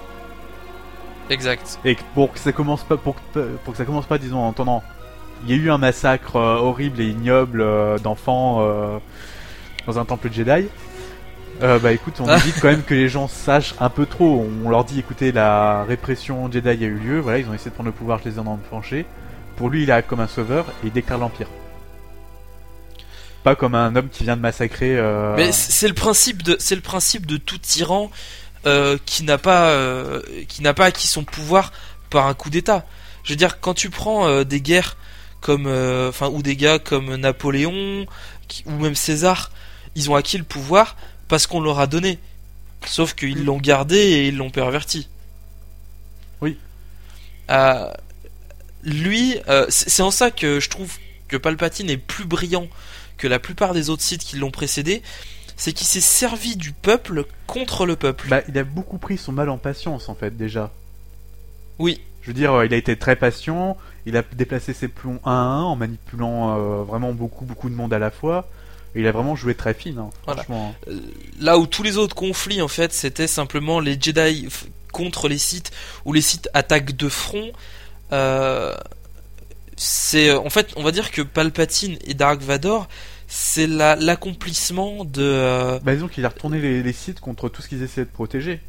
Exact. Et que pour que ça commence pas, pour que, pour que ça commence pas, disons en entendant, il y a eu un massacre euh, horrible et ignoble euh, d'enfants euh, dans un temple Jedi. Euh, bah écoute, on évite quand même que les gens sachent un peu trop. On leur dit, écoutez, la répression Jedi a eu lieu. Voilà, ils ont essayé de prendre le pouvoir, je les ai enfranchis. Pour lui, il arrive comme un sauveur et il déclare l'Empire. Pas comme un homme qui vient de massacrer. Euh... Mais c- c'est le principe de, c'est le principe de tout tyran euh, qui n'a pas, euh, qui n'a pas acquis son pouvoir par un coup d'État. Je veux dire, quand tu prends euh, des guerres comme, euh, enfin, ou des gars comme Napoléon qui, ou même César, ils ont acquis le pouvoir parce qu'on leur a donné. Sauf qu'ils l'ont gardé et ils l'ont perverti. Oui. Euh, lui, euh, c'est c'est en ça que je trouve que Palpatine est plus brillant que la plupart des autres sites qui l'ont précédé. C'est qu'il s'est servi du peuple contre le peuple. Bah, il a beaucoup pris son mal en patience en fait déjà. Oui. Je veux dire, euh, il a été très patient. Il a déplacé ses plombs un à un en manipulant euh, vraiment beaucoup beaucoup de monde à la fois. Et il a vraiment joué très fine, hein, Voilà. franchement. Euh, Là où tous les autres conflits, en fait, c'était simplement les Jedi f- contre les Sith, ou les Sith attaquent de front. Euh, c'est, en fait, on va dire que Palpatine et Dark Vador, c'est la, l'accomplissement de. euh, Bah disons qu'il a retourné les, les Sith contre tout ce qu'ils essayaient de protéger.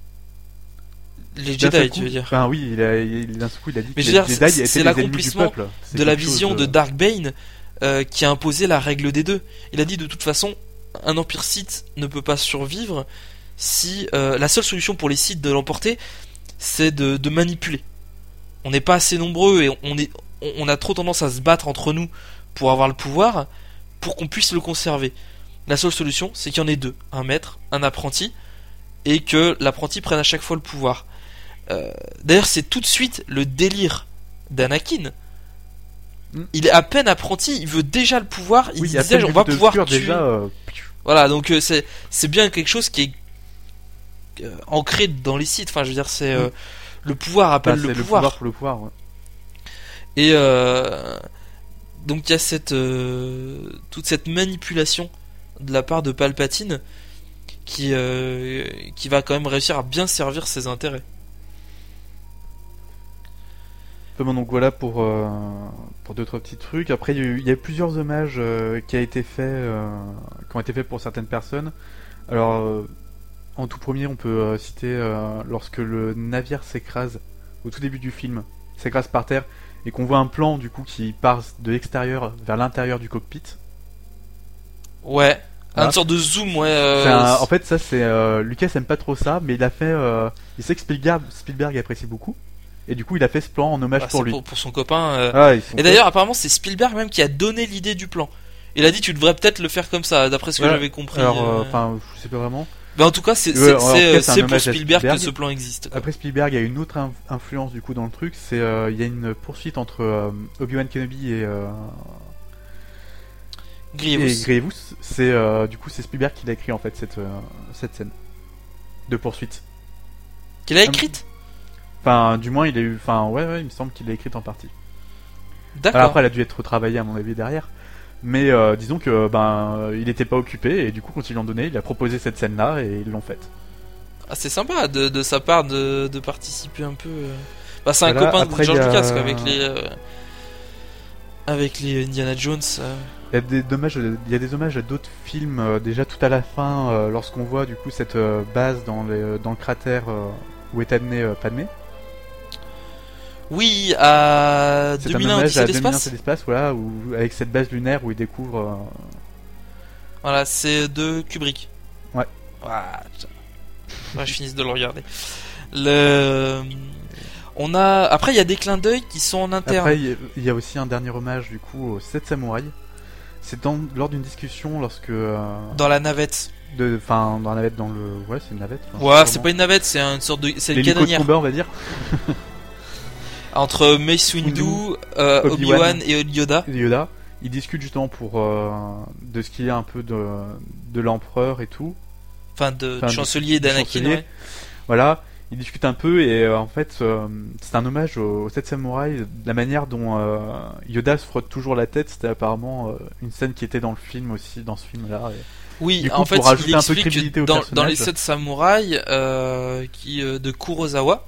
les D'un seul Jedi, coup- tu veux dire. Enfin oui, il a, il, d'un seul coup il a dit Mais que je les veux dire, Jedi c'est- étaient c'est les ennemis du l'accomplissement peuple. C'est de la quelque vision chose, de euh, Dark Bane euh, qui a imposé la règle des deux. Il a dit de toute façon, un empire Sith ne peut pas survivre si euh, la seule solution pour les Sith de l'emporter, c'est de, de manipuler. On n'est pas assez nombreux et on est, on on a trop tendance à se battre entre nous pour avoir le pouvoir, pour qu'on puisse le conserver. La seule solution, c'est qu'il y en ait deux, un maître, un apprenti, et que l'apprenti prenne à chaque fois le pouvoir. Euh, D'ailleurs, c'est tout de suite le délire d'Anakin. Mm. Il est à peine apprenti, il veut déjà le pouvoir. Il Oui, se à disait, peine on vu va de pouvoir fuir, tuer. déjà. euh, Voilà, donc euh, c'est c'est bien quelque chose qui est euh, ancré dans les sites. Enfin, je veux dire, c'est euh, Mm. le pouvoir bah, appelle c'est le le pouvoir. pouvoir pour le pouvoir. Ouais. Et euh, donc il y a cette euh, toute cette manipulation de la part de Palpatine qui euh, qui va quand même réussir à bien servir ses intérêts. Bon, donc voilà pour euh, pour deux trois petits trucs. Après il y a eu, il y a eu plusieurs hommages euh, qui a été fait euh, qui ont été faits pour certaines personnes. Alors euh, en tout premier on peut euh, citer euh, lorsque le navire s'écrase au tout début du film, s'écrase par terre et qu'on voit un plan du coup qui part de l'extérieur vers l'intérieur du cockpit. Ouais. Voilà. Une sorte de zoom, ouais. Euh... C'est un- en fait ça c'est euh, Lucas aime pas trop ça, mais il a fait euh, il sait que Spielberg Spielberg apprécie beaucoup. Et du coup, il a fait ce plan en hommage bah, pour c'est lui. Pour, pour son copain. Euh... Ah, ils sont Et d'ailleurs, apparemment, c'est Spielberg même qui a donné l'idée du plan. Il a dit, tu devrais peut-être le faire comme ça, d'après ce que Ouais. j'avais compris. Alors, euh... enfin, je sais pas vraiment. Mais en tout cas, c'est, Ouais, c'est, en tout c'est, cas, euh, c'est un c'est pour hommage à Spielberg, Spielberg. que ce plan existe. Quoi. Après, Spielberg a une autre in- influence du coup dans le truc. C'est euh, il y a une poursuite entre euh, Obi-Wan Kenobi et euh, Grievous. et Grievous. C'est euh, du coup c'est Spielberg qui l'a écrit en fait cette euh, cette scène de poursuite. Qu'il a écrite. Enfin, du moins, il a eu. Enfin, ouais, ouais, il me semble qu'il l'a écrite en partie. D'accord. Alors après, elle a dû être retravaillée à mon avis derrière. Mais euh, disons que ben euh, il était pas occupé et du coup quand ils l'ont donné, il a proposé cette scène-là et ils l'ont faite. Ah, c'est sympa de, de sa part de, de participer un peu. euh. Bah, c'est un Voilà, copain après, de George il y a- Lucas quoi, avec les euh, avec les Indiana Jones. euh. Il y a des dommages, il y a des hommages à d'autres films euh, déjà tout à la fin euh, lorsqu'on voit du coup cette euh, base dans les dans le cratère euh, où est amené euh, Padmé. Oui, à C'est deux un mille un hommage Odyssée à de deux mille un l'espace. c'est l'espace, voilà, où, avec cette base lunaire où il découvre. euh, Voilà, c'est de Kubrick. Ouais. Ah, putain. Ouais, je finisse de le regarder. Le... On a... Après, il y a des clins d'œil qui sont en interne. Après, il y a- il y a aussi un dernier hommage du coup aux sept samouraïs. C'est dans, lors d'une discussion lorsque. euh, Dans la navette. de, enfin, dans la navette, dans le. Ouais, c'est une navette. enfin, Ouais, je sais c'est pas pas une navette, c'est une sorte de... C'est le L'hélico de canonnière. combat, on va dire. Entre Mace Windu, euh, Obi-Wan. Obi-Wan et Yoda. Yoda. Ils discutent justement pour euh, de ce qu'il y a un peu de, de l'empereur et tout. Enfin, de, Enfin, du du- chancelier du d'Anakin, chancelier. ouais. Voilà, ils discutent un peu et euh, en fait euh, c'est un hommage aux, aux sept samouraïs. La manière dont euh, Yoda se frotte toujours la tête, c'était apparemment euh, une scène qui était dans le film aussi, dans ce film-là. Et... Oui, Du coup, en fait, pour rajouter il un peu de explique crédibilité que au dans, personnage. dans les sept samouraïs euh, qui, euh, de Kurosawa,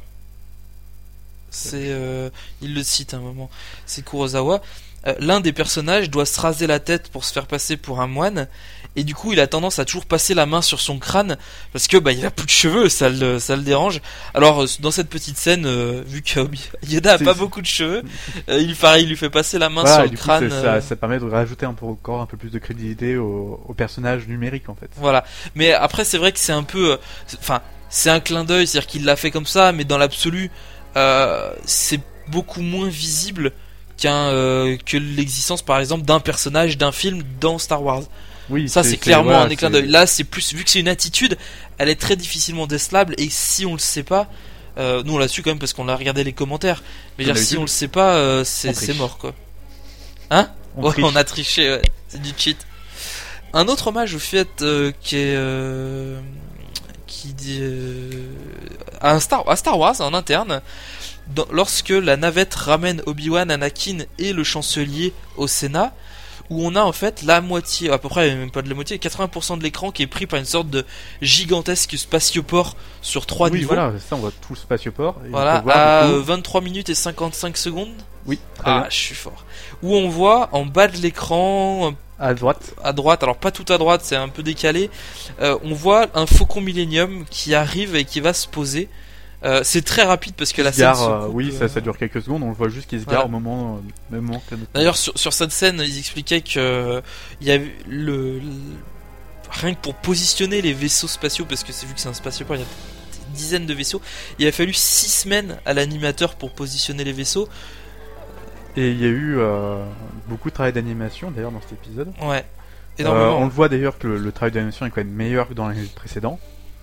c'est, euh, il le cite à un moment, c'est Kurosawa, euh, l'un des personnages doit se raser la tête pour se faire passer pour un moine, et du coup il a tendance à toujours passer la main sur son crâne, parce que bah il a plus de cheveux, ça le, ça le dérange. Alors euh, dans cette petite scène, euh, vu que Yoda a C'est- pas beaucoup de cheveux, euh, il, pareil, il lui fait passer la main Voilà, sur et le du coup, crâne. ça, euh, ça, ça permet de rajouter un peu encore un peu plus de crédibilité au, au personnage numérique en fait. Voilà. Mais après, c'est vrai que c'est un peu, euh, c'est- enfin, c'est un clin d'œil, c'est-à-dire qu'il l'a fait comme ça, mais dans l'absolu, euh, c'est beaucoup moins visible qu'un euh, que l'existence, par exemple, d'un personnage d'un film dans Star Wars. Oui, Ça, c'est, clairement voilà, un éclat c'est- d'œil. Là, c'est plus, vu que c'est une attitude, elle est très difficilement décelable, et si on le sait pas, euh, nous on l'a su quand même parce qu'on a regardé les commentaires. Mais On dire, a eu si tout. on le sait pas, euh, c'est, On c'est triche. mort quoi. Hein? On Ouais, triche. on a triché, ouais. C'est du cheat. Un autre hommage au fait euh, qui est euh, qui dit euh, à, un Star, à Star Wars en interne, dans- lorsque la navette ramène Obi-Wan, Anakin et le chancelier au Sénat, où on a en fait la moitié, à peu près même pas de la moitié, quatre-vingts pour cent de l'écran qui est pris par une sorte de gigantesque spatioport sur trois Oui, niveaux. voilà, ça on voit tout le spatioport. et on Voilà, peut voir, à du coup- euh, vingt-trois minutes et cinquante-cinq secondes. Oui, très Ah, bien. je suis fort. Où on voit en bas de l'écran, À droite. à droite, alors pas tout à droite, c'est un peu décalé, euh, on voit un Faucon Millennium qui arrive et qui va se poser. Euh, c'est très rapide parce que la Il se scène gare, se euh, coupe, oui, euh, ça, ça dure quelques secondes. On le voit juste qu'il se Voilà. gare au moment, euh, même moment que la- D'ailleurs, sur, sur cette scène, ils expliquaient que euh, il y avait le, le- rien que pour positionner les vaisseaux spatiaux, parce que c'est vu que c'est un spatioport, il y a des dizaines de vaisseaux. Il a fallu six semaines à l'animateur pour positionner les vaisseaux. Et il y a eu euh, beaucoup de travail d'animation d'ailleurs dans cet épisode. Ouais, Euh, énormément. on le voit d'ailleurs que le, le travail d'animation est quand même meilleur que dans les précédents.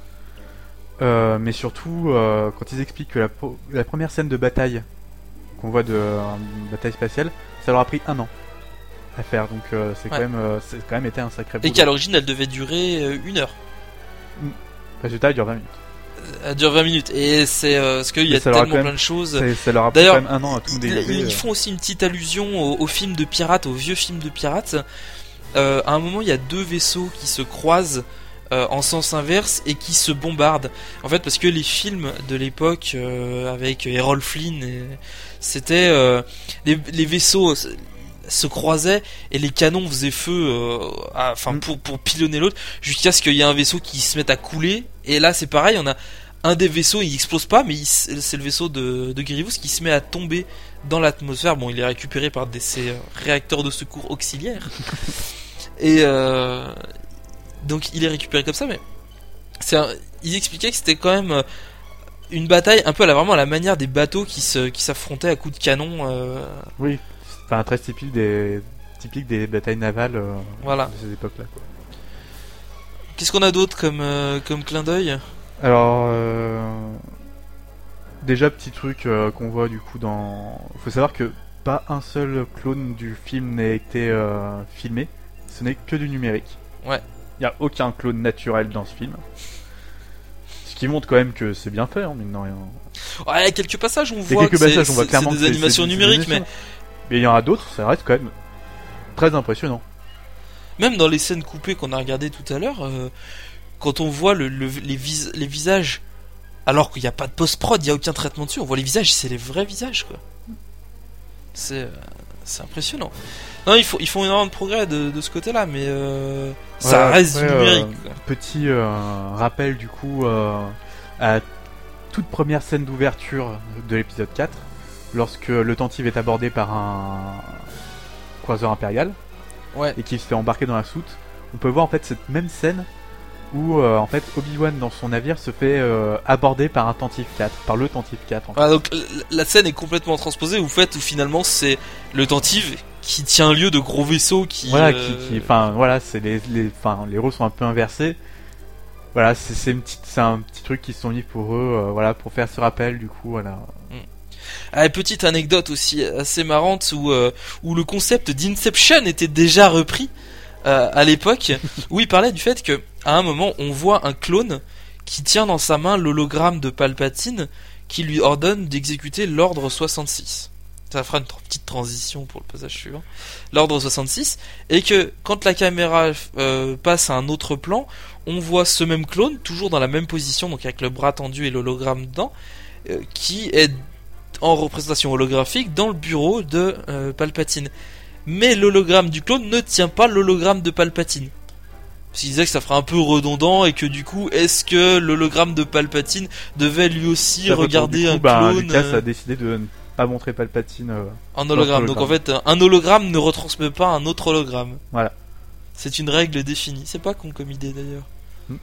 Euh, mais surtout, euh, quand ils expliquent que la, po- la première scène de bataille qu'on voit de euh, une bataille spatiale, ça leur a pris un an à faire. Donc euh, c'est quand Ouais. même, euh, c'est quand même été un sacré Et boulot. qu'à l'origine, elle devait durer euh, une heure. Résultat, il dure vingt minutes. Elle dure vingt minutes. Et c'est euh, parce qu'il y Mais a ça leur a tellement quand même- plein de choses. C'est- Ça leur a pris D'ailleurs, quand même un an à tout Ils, développer. ils euh. font aussi une petite allusion au, au film de pirates, au vieux film de pirates. Euh, à un moment, il y a deux vaisseaux qui se croisent euh, en sens inverse et qui se bombardent. En fait, parce que les films de l'époque euh, avec Errol Flynn, et, c'était euh, les, les vaisseaux se croisaient et les canons faisaient feu, enfin euh, pour pour pilonner l'autre, jusqu'à ce qu'il y ait un vaisseau qui se mette à couler. Et là, c'est pareil, on a un des vaisseaux, il explose pas, mais il, c'est le vaisseau de, de Grievous qui se met à tomber dans l'atmosphère. Bon, il est récupéré par des ces, euh, réacteurs de secours auxiliaires. Et euh, donc il est récupéré comme ça, mais c'est un, ils expliquaient que c'était quand même une bataille un peu à la, vraiment à la manière des bateaux qui se qui s'affrontaient à coups de canon. Euh... Oui, c'est un très typique des typique des batailles navales euh, voilà. de ces époques-là, quoi. Qu'est-ce qu'on a d'autre comme euh, comme clin d'œil? Alors, euh, déjà petit truc euh, qu'on voit du coup dans. Faut savoir que pas un seul clone du film n'a été euh, filmé. Ce n'est que du numérique. Ouais. Il n'y a aucun clone naturel dans ce film. Ce qui montre quand même que c'est bien fait, hein, mine de rien. Ouais, il y a quelques passages où on c'est voit quelques que passages, c'est, on voit c'est, clairement c'est des que animations c'est, c'est numériques, des mais... mais il y en a d'autres, ça reste quand même très impressionnant. Même dans les scènes coupées qu'on a regardées tout à l'heure, euh, quand on voit le, le, les, vis- les visages, alors qu'il n'y a pas de post-prod, il n'y a aucun traitement dessus, on voit les visages, c'est les vrais visages, quoi. C'est, euh, c'est impressionnant. Non, ils font, ils font énormément de progrès de, de ce côté-là, mais euh, ça ouais, reste après, du numérique. Euh, petit euh, rappel du coup euh, à toute première scène d'ouverture de l'épisode quatre, lorsque le Tantive est abordé par un croiseur impérial, ouais. et qu'il se fait embarquer dans la soute, on peut voir en fait cette même scène où euh, en fait Obi-Wan dans son navire se fait euh, aborder par un Tantive quatre, par le Tantive quatre. En fait. Ah, donc la, la scène est complètement transposée, où, fait, où finalement c'est le Tantive qui tient lieu de gros vaisseaux qui. Voilà, euh... qui, qui, enfin voilà, c'est les, les, enfin les rôles sont un peu inversés. Voilà, c'est, c'est une petite, c'est un petit truc qui se sont mis pour eux, euh, voilà, pour faire ce rappel du coup, voilà. Mm. Ah, petite anecdote aussi assez marrante où euh, où le concept d'Inception était déjà repris euh, à l'époque, où il parlait du fait que à un moment on voit un clone qui tient dans sa main l'hologramme de Palpatine qui lui ordonne d'exécuter l'ordre soixante-six. Ça fera une petite transition pour le passage suivant. L'ordre soixante-six, et que quand la caméra euh, passe à un autre plan, on voit ce même clone, toujours dans la même position, donc avec le bras tendu et l'hologramme dedans, euh, qui est en représentation holographique dans le bureau de euh, Palpatine. Mais l'hologramme du clone ne tient pas l'hologramme de Palpatine. Parce qu'il disait que ça ferait un peu redondant et que du coup, est-ce que l'hologramme de Palpatine devait lui aussi ça regarder coup, un bah, clone Lucas euh... a décidé de ne pas montrer Palpatine euh, en hologramme. Donc en fait, un hologramme ne retransmet pas un autre hologramme. Voilà. C'est une règle définie. C'est pas con comme idée d'ailleurs. Hmm.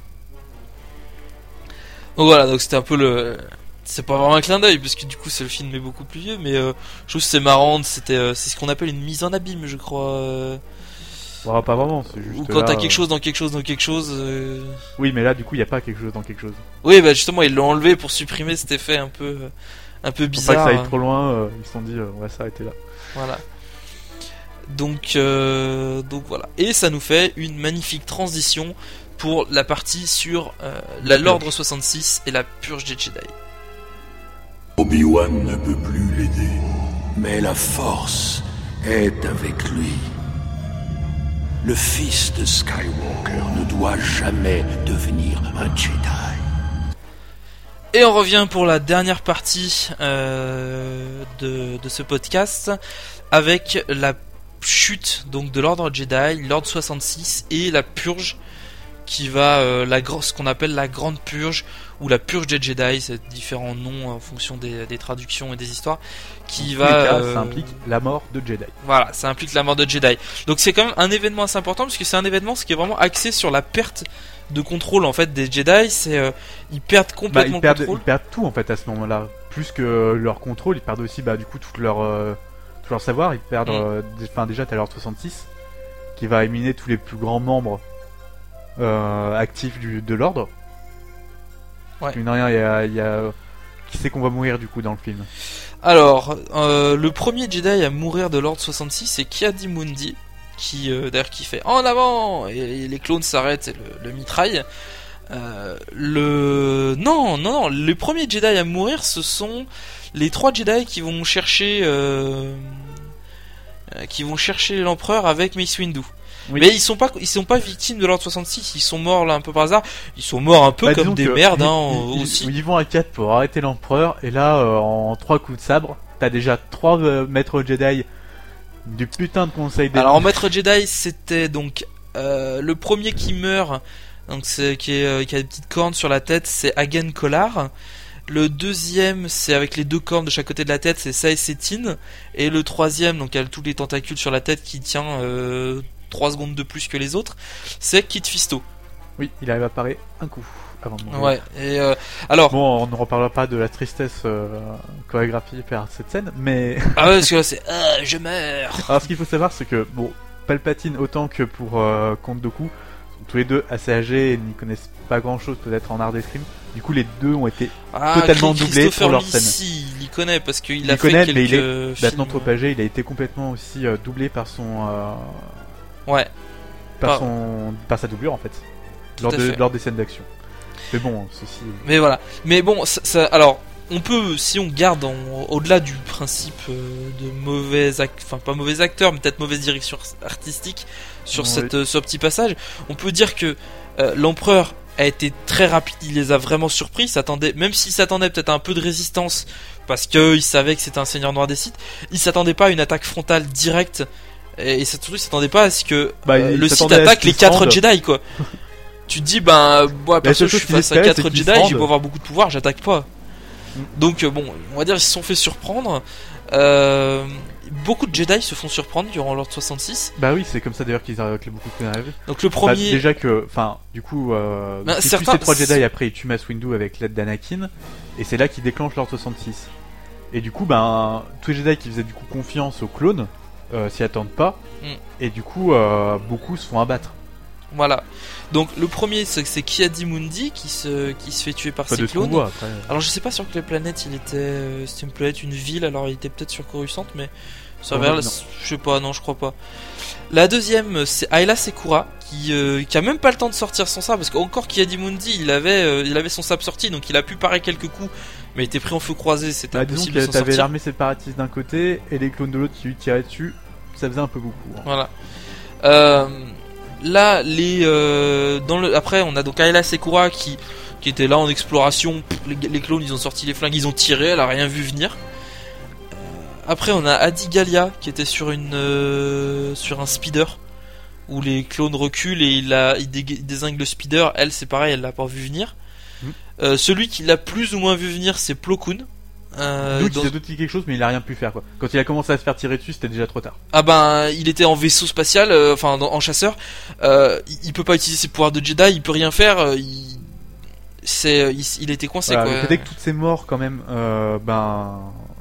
Donc voilà, donc c'était un peu le... C'est pas vraiment un clin d'œil parce que du coup c'est le film est beaucoup plus vieux, mais euh, je trouve que c'est marrant. C'était, euh, c'est ce qu'on appelle une mise en abîme, je crois. Euh... Bon, pas vraiment, c'est juste. Ou quand là, t'as quelque euh... chose dans quelque chose dans quelque chose. Euh... Oui, mais là du coup il y a pas quelque chose dans quelque chose. Oui, bah justement ils l'ont enlevé pour supprimer cet effet un peu, un peu bizarre. Pour pas que ça aille trop loin, euh, ils se sont dit euh, on va s'arrêter là. Voilà. Donc, euh, donc voilà. Et ça nous fait une magnifique transition pour la partie sur euh, la l'ordre soixante-six et la purge des Jedi. Obi-Wan ne peut plus l'aider, mais la Force est avec lui. Le fils de Skywalker ne doit jamais devenir un Jedi. Et on revient pour la dernière partie euh, de, de ce podcast avec la chute donc de l'ordre Jedi, l'ordre soixante-six et la purge qui va euh, la grosse, ce qu'on appelle la grande purge ou la purge des Jedi, c'est différents noms en fonction des, des traductions et des histoires, qui va cas, euh, ça implique la mort de Jedi. Voilà, ça implique la mort de Jedi. Donc c'est quand même un événement assez important parce que c'est un événement ce qui est vraiment axé sur la perte de contrôle en fait des Jedi. C'est euh, ils perdent complètement bah, ils perdent, le contrôle. Ils perdent tout en fait à ce moment-là. Plus que leur contrôle, ils perdent aussi bah du coup tout leur euh, tout leur savoir. Ils perdent, mm. euh, enfin déjà t'as l'ordre soixante-six qui va éliminer tous les plus grands membres euh, actifs du, de l'ordre. Ouais. Mine de rien, il y a, il y a... qui c'est qu'on va mourir du coup dans le film? Alors, euh, le premier Jedi à mourir de l'ordre soixante-six, c'est Ki-Adi-Mundi, qui euh, d'ailleurs qui fait en avant et, et les clones s'arrêtent et le, le mitraille. Euh, le non non non, les premiers Jedi à mourir, ce sont les trois Jedi qui vont chercher euh... euh, qui vont chercher l'empereur avec Mace Windu. Oui. Mais ils sont pas, ils sont pas victimes de l'ordre soixante-six. Ils sont morts là un peu par hasard. Ils sont morts un peu Bah, comme disons des que merdes ils, hein, ils, aussi. Ils, ils vont à quatre pour arrêter l'empereur et là euh, en trois coups de sabre, t'as déjà trois euh, maîtres Jedi du putain de conseil des. Alors en maître Jedi, c'était donc euh, le premier qui meurt, donc c'est qui, est, euh, qui a des petites cornes sur la tête, c'est Hagen Kollar. Le deuxième, c'est avec les deux cornes de chaque côté de la tête, c'est Sae Settin. Et le troisième, donc il a tous les tentacules sur la tête qui tient euh, trois secondes de plus que les autres, c'est Kit Fisto. Oui, il arrive à parer un coup avant de mourir. Ouais. Et euh, alors. Bon, on ne reparlera pas de la tristesse euh, chorégraphiée par cette scène, mais. Ah ouais, parce que là c'est ah, je meurs. Alors ce qu'il faut savoir, c'est que bon, Palpatine autant que pour euh, Count Dooku sont tous les deux assez âgés et n'y connaissent pas grand-chose peut-être en art d'escrime. Du coup, les deux ont été ah, totalement doublés pour leur scène. Si, il y connaît parce qu'il il a connaît, fait mais quelques il est films. maintenant trop âgé. Il a été complètement aussi euh, doublé par son, euh, ouais, par Par- son, par sa doublure en fait, Tout lors, à de, fait. lors des scènes d'action. Mais bon, ceci. Mais voilà. Mais bon, ça, ça- alors, on peut, si on garde en- au-delà du principe euh, de mauvais, ac- enfin pas mauvais acteur, mais peut-être mauvaise direction artistique sur Ouais. cette, euh, ce petit passage, on peut dire que euh, l'empereur a été très rapide, il les a vraiment surpris, il s'attendait, même s'il s'attendait peut-être à un peu de résistance, parce qu'il savait que c'était un seigneur noir des Sith, il s'attendait pas à une attaque frontale directe, et, et surtout il s'attendait pas à ce que Bah, euh, il le Sith s'attendait à ce attaque qu'il les se quatre rende. Jedi quoi. Tu te dis ben moi La perso seule je suis chose qu'il face à espérait, quatre c'est qu'il Jedi, se je rende. vais avoir beaucoup de pouvoir, j'attaque pas. Mm. Donc euh, bon, on va dire ils se sont fait surprendre. Euh, beaucoup de Jedi se font surprendre durant l'ordre soixante-six. Bah oui, c'est comme ça d'ailleurs qu'ils arrivent avec les beaucoup de arrivés. Donc le Bah, premier, déjà que, enfin, du coup, euh, Bah, ils tuent certains- ces trois Jedi, après ils tuent Mace Windu avec l'aide d'Anakin, et c'est là qu'ils déclenchent l'ordre soixante-six. Et du coup, ben, tous les Jedi qui faisaient du coup confiance aux clones euh, s'y attendent pas, Mm. et du coup, euh, beaucoup se font abattre. voilà. Donc le premier c'est c'est Ki-Adi-Mundi qui se qui se fait tuer par Pas ses de ce qu'on clones. voit après. Alors je sais pas sur quelle planète il était, euh, c'était une planète, une ville, alors il était peut-être sur Coruscant, mais ça Ouais, avait l'air- non. je sais pas, non je crois pas. La deuxième c'est Ayla Secura qui euh, qui a même pas le temps de sortir son sabre parce qu'encore Ki-Adi-Mundi il avait euh, il avait son sabre sorti donc il a pu parer quelques coups mais il était pris en feu croisé, c'était Bah, disons impossible de que s'en t'avais sortir. l'armée séparatiste d'un côté, et les clones de l'autre qui lui tiraient dessus, ça faisait un peu beaucoup. hein. Voilà. Euh, là, les euh, dans le après, on a donc Ayla Secura qui qui était là en exploration. Pff, les, les clones, ils ont sorti les flingues, ils ont tiré, elle a rien vu venir. Euh, après, on a Adi Gallia qui était sur une euh, sur un speeder où les clones reculent et il a il, dé- il dézingue le speeder. Elle, c'est pareil, elle l'a pas vu venir. Mhm. Euh, celui qui l'a plus ou moins vu venir, c'est Plo Koon. Euh, Donc dans- il a douté quelque chose, mais il a rien pu faire quoi. Quand il a commencé à se faire tirer dessus, c'était déjà trop tard. Ah ben, il était en vaisseau spatial, euh, enfin dans- en chasseur. Euh, il, il peut pas utiliser ses pouvoirs de Jedi, il peut rien faire. euh, il, c'est, euh, il, il était coincé Voilà, quoi. le fait est que toutes ces morts quand même, euh, ben,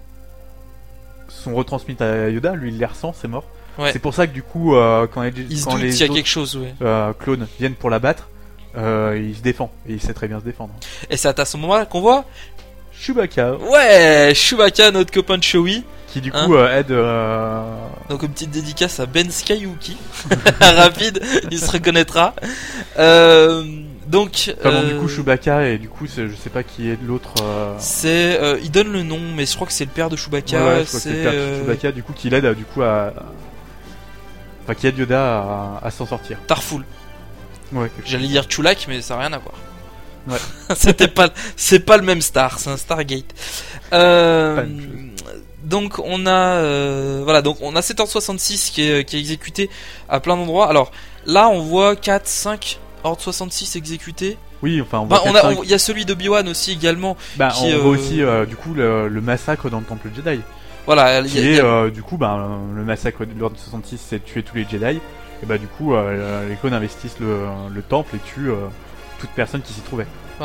sont retransmises à Yoda. Lui, il les ressent, ces morts. Ouais. C'est pour ça que du coup, euh, quand les, Il se quand doute les qu'il y a autres, quelque chose, ouais. euh, clones viennent pour la battre, euh, il se défend et il sait très bien se défendre. Et c'est à ce moment-là qu'on voit, Chewbacca, ouais, Chewbacca, notre copain de Chewie. qui du Hein coup euh, aide. Euh... Donc une petite dédicace à Ben Skywookie, rapide, il se reconnaîtra. Euh, donc, Enfin bon, euh, du coup Chewbacca et du coup, c'est- je sais pas qui est l'autre. Euh... c'est, euh, il donne le nom, mais je crois que c'est le père de Chewbacca. ouais, ouais, je crois que c'est le c'est, père de euh, Chewbacca, du coup, qui l'aide euh, du coup à. Enfin, qui aide Yoda à, à s'en sortir. Tarful. Ouais, quelque chose. J'allais dire Chulak, mais ça n'a rien à voir. Ouais. C'était pas, c'est pas le même Star, c'est un Stargate. Euh, Pas la même chose. donc on a, euh, voilà, donc on a cet ordre soixante-six qui est, qui est exécuté à plein d'endroits. Alors là, on voit quatre, cinq ordre soixante-six exécutés. Oui, enfin, on Bah, voit on a, quatre, cinq. on- il y a celui d'Obi-Wan aussi également. Bah, qui, on euh, voit aussi euh, du coup le, le massacre dans le temple Jedi. Voilà, il Qui y a- il y est a- euh, du coup bah, le massacre de l'ordre soixante-six, c'est de tuer tous les Jedi. Et bah du coup euh, les clones investissent le, le temple et tuent euh, toute personne qui s'y trouvait.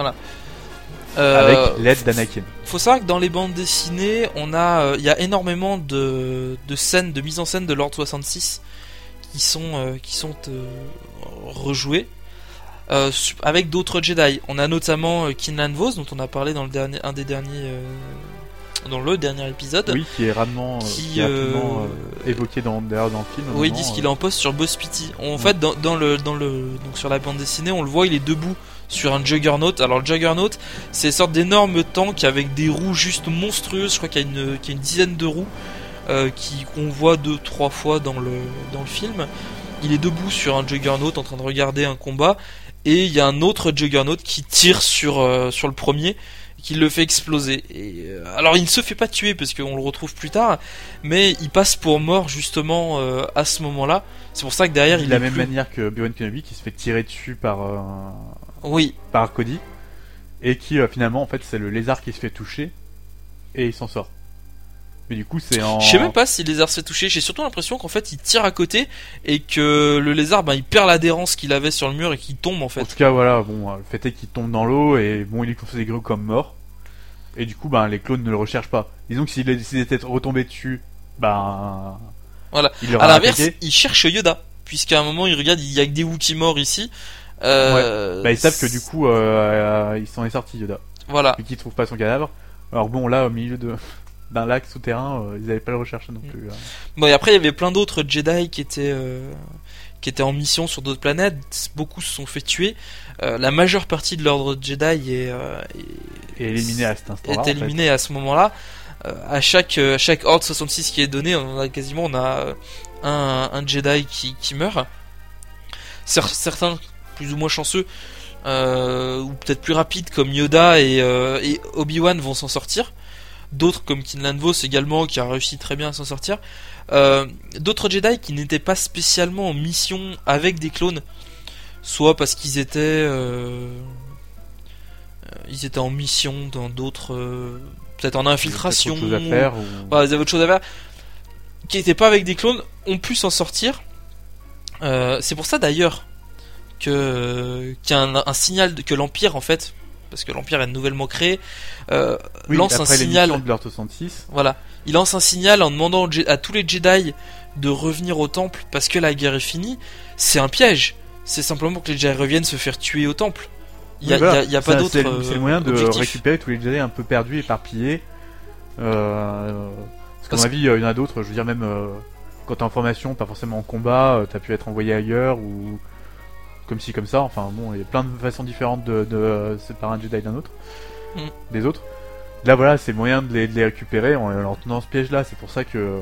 euh, Avec l'aide d'Anakin. faut savoir que dans les bandes dessinées, on a, euh, il y a énormément de, de scènes, de mise en scène de l'ordre soixante-six qui sont, euh, qui sont euh, rejouées euh, su- avec d'autres Jedi. On a notamment euh, Kinlan Vos, dont on a parlé dans le dernier, un des derniers, euh, dans le dernier épisode. Oui, qui est rapidement, euh, Qui, qui est rapidement, euh, euh, évoqué dans, d'ailleurs dans le film. Oui, ils maintenant, disent euh, qu'il est en poste sur Boss Pity. En Ouais. fait, dans, dans le, dans le, donc sur la bande dessinée, on le voit, il est debout sur un Juggernaut. Alors le Juggernaut, c'est une sorte d'énorme tank avec des roues juste monstrueuses. Je crois qu'il y a une, qu'il y a une dizaine de roues. euh, qui qu'on voit deux trois fois dans le dans le film. Il est debout sur un Juggernaut en train de regarder un combat, et il y a un autre Juggernaut qui tire sur euh, sur le premier, qui le fait exploser. Et, euh, alors il ne se fait pas tuer parce qu'on le retrouve plus tard, mais il passe pour mort justement euh, à ce moment-là. C'est pour ça que derrière il de la est même plus... manière que Obi-Wan Kenobi qui se fait tirer dessus par euh, oui par Cody, et qui euh, finalement en fait c'est le lézard qui se fait toucher et il s'en sort. Mais du coup c'est en... Je sais même pas si le lézard se fait toucher, j'ai surtout l'impression qu'en fait il tire à côté et que le lézard ben, il perd l'adhérence qu'il avait sur le mur et qu'il tombe en fait. En tout cas voilà, bon, le fait est qu'il tombe dans l'eau et bon il est considéré comme mort. Et du coup ben les clones ne le recherchent pas. Disons que s'il s'il était retombé dessus, ben... Voilà. Il à l'inverse, attaqué. Il cherche Yoda, puisqu'à un moment il regarde, il y a que des Wookiees morts ici. Euh... Ouais. Bah ils savent que du coup euh, euh, il s'en est sorti Yoda. Voilà. Vu qu'ils trouvent pas son cadavre. Alors bon là au milieu de... d'un lac souterrain, euh, ils n'avaient pas le rechercher non plus. Hein. Bon, et après il y avait plein d'autres Jedi qui étaient euh, qui étaient en mission sur d'autres planètes. Beaucoup se sont fait tuer. Euh, la majeure partie de l'ordre Jedi est, euh, est, est éliminée à cet instant-là. Est éliminée à ce moment-là. Euh, à chaque à chaque ordre soixante-six qui est donné, on a quasiment on a un, un Jedi qui, qui meurt. Certains plus ou moins chanceux, euh, ou peut-être plus rapides comme Yoda et, euh, et Obi-Wan vont s'en sortir. D'autres comme Quinlan Vos également qui a réussi très bien à s'en sortir. Euh, d'autres Jedi qui n'étaient pas spécialement en mission avec des clones, soit parce qu'ils étaient euh, ils étaient en mission dans d'autres euh, peut-être en infiltration, autre chose à faire, ou... voilà, ils avaient autre chose à faire, qui n'étaient pas avec des clones, ont pu s'en sortir. Euh, c'est pour ça d'ailleurs que qu'il y a un, un signal de, que l'Empire en fait, parce que l'Empire est nouvellement créé, euh, oui, lance un signal de l'ordre soixante-six. Voilà, il lance un signal en demandant à tous les Jedi de revenir au temple parce que la guerre est finie. C'est un piège. C'est simplement que les Jedi reviennent se faire tuer au temple. Il y a, oui, voilà. y a, y a pas ça, d'autre. C'est le, c'est le moyen de objectif. récupérer tous les Jedi un peu perdus, éparpillés. Euh, parce qu'à mon avis, il y en a d'autres. Je veux dire même euh, quand t'es en formation, pas forcément en combat, euh, t'as pu être envoyé ailleurs ou comme ci comme ça. Enfin bon, il y a plein de façons différentes de, de euh, séparer un Jedi d'un autre, mm. des autres. Là voilà, c'est le moyen de les, de les récupérer en leur tenant ce piège là. C'est pour ça que euh,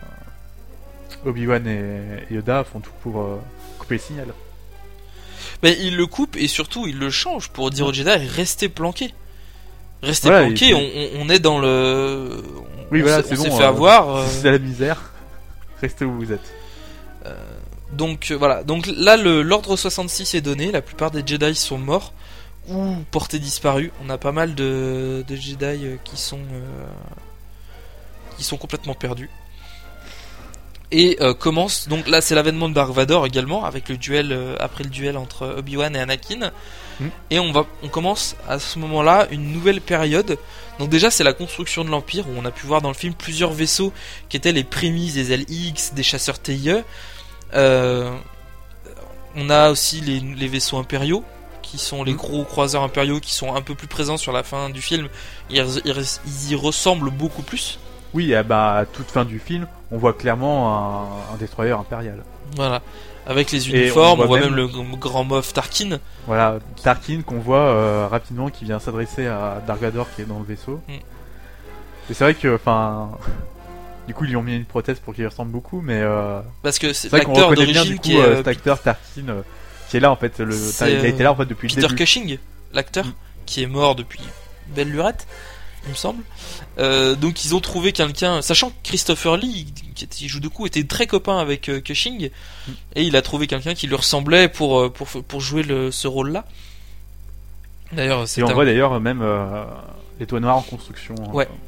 Obi-Wan et, et Yoda font tout pour euh, couper le signal. Mais il le coupe et surtout il le change pour dire aux Jedi restez planqués. Restez voilà, planqués, on, on est dans le. On, oui, voilà, on c'est s'est bon, fait euh, avoir. Euh... C'est la misère. Restez où vous êtes. Euh, donc euh, voilà, donc là le, l'ordre soixante-six est donné, la plupart des Jedi sont morts ou portés disparus. On a pas mal de, de Jedi qui sont euh, qui sont complètement perdus. Et euh, commence donc là c'est l'avènement de Dark Vador également avec le duel euh, après le duel entre Obi-Wan et Anakin. Mmh. Et on va on commence à ce moment-là une nouvelle période. Donc déjà c'est la construction de l'Empire où on a pu voir dans le film plusieurs vaisseaux qui étaient les prémices des L X, des chasseurs T I E. Euh, on a aussi les, les vaisseaux impériaux qui sont les gros croiseurs impériaux qui sont un peu plus présents sur la fin du film. Ils, ils, ils y ressemblent beaucoup plus. Oui, bah à toute fin du film, on voit clairement un, un destroyer impérial. Voilà, avec les uniformes, on voit, on voit même, même le grand Moff Tarkin. Voilà, Tarkin qu'on voit euh, rapidement qui vient s'adresser à Dark Vador qui est dans le vaisseau. Mm. Et c'est vrai que, enfin, du coup ils lui ont mis une prothèse pour qu'il ressemble beaucoup, mais euh, parce que c'est, c'est vrai l'acteur qu'on reconnaît bien du coup qui est, euh, cet acteur Tarkin euh, qui est là en fait. Le, il a été là en fait depuis Peter le début. Peter Cushing, l'acteur mm. qui est mort depuis belle lurette. Il me semble. Euh, donc ils ont trouvé quelqu'un, sachant que Christopher Lee, qui, qui joue de coup, était très copain avec euh, Cushing, mm. et il a trouvé quelqu'un qui lui ressemblait pour pour pour jouer le, ce rôle-là. D'ailleurs, c'est et on un... voit d'ailleurs même euh, les toits noirs en construction. Ouais. Hein.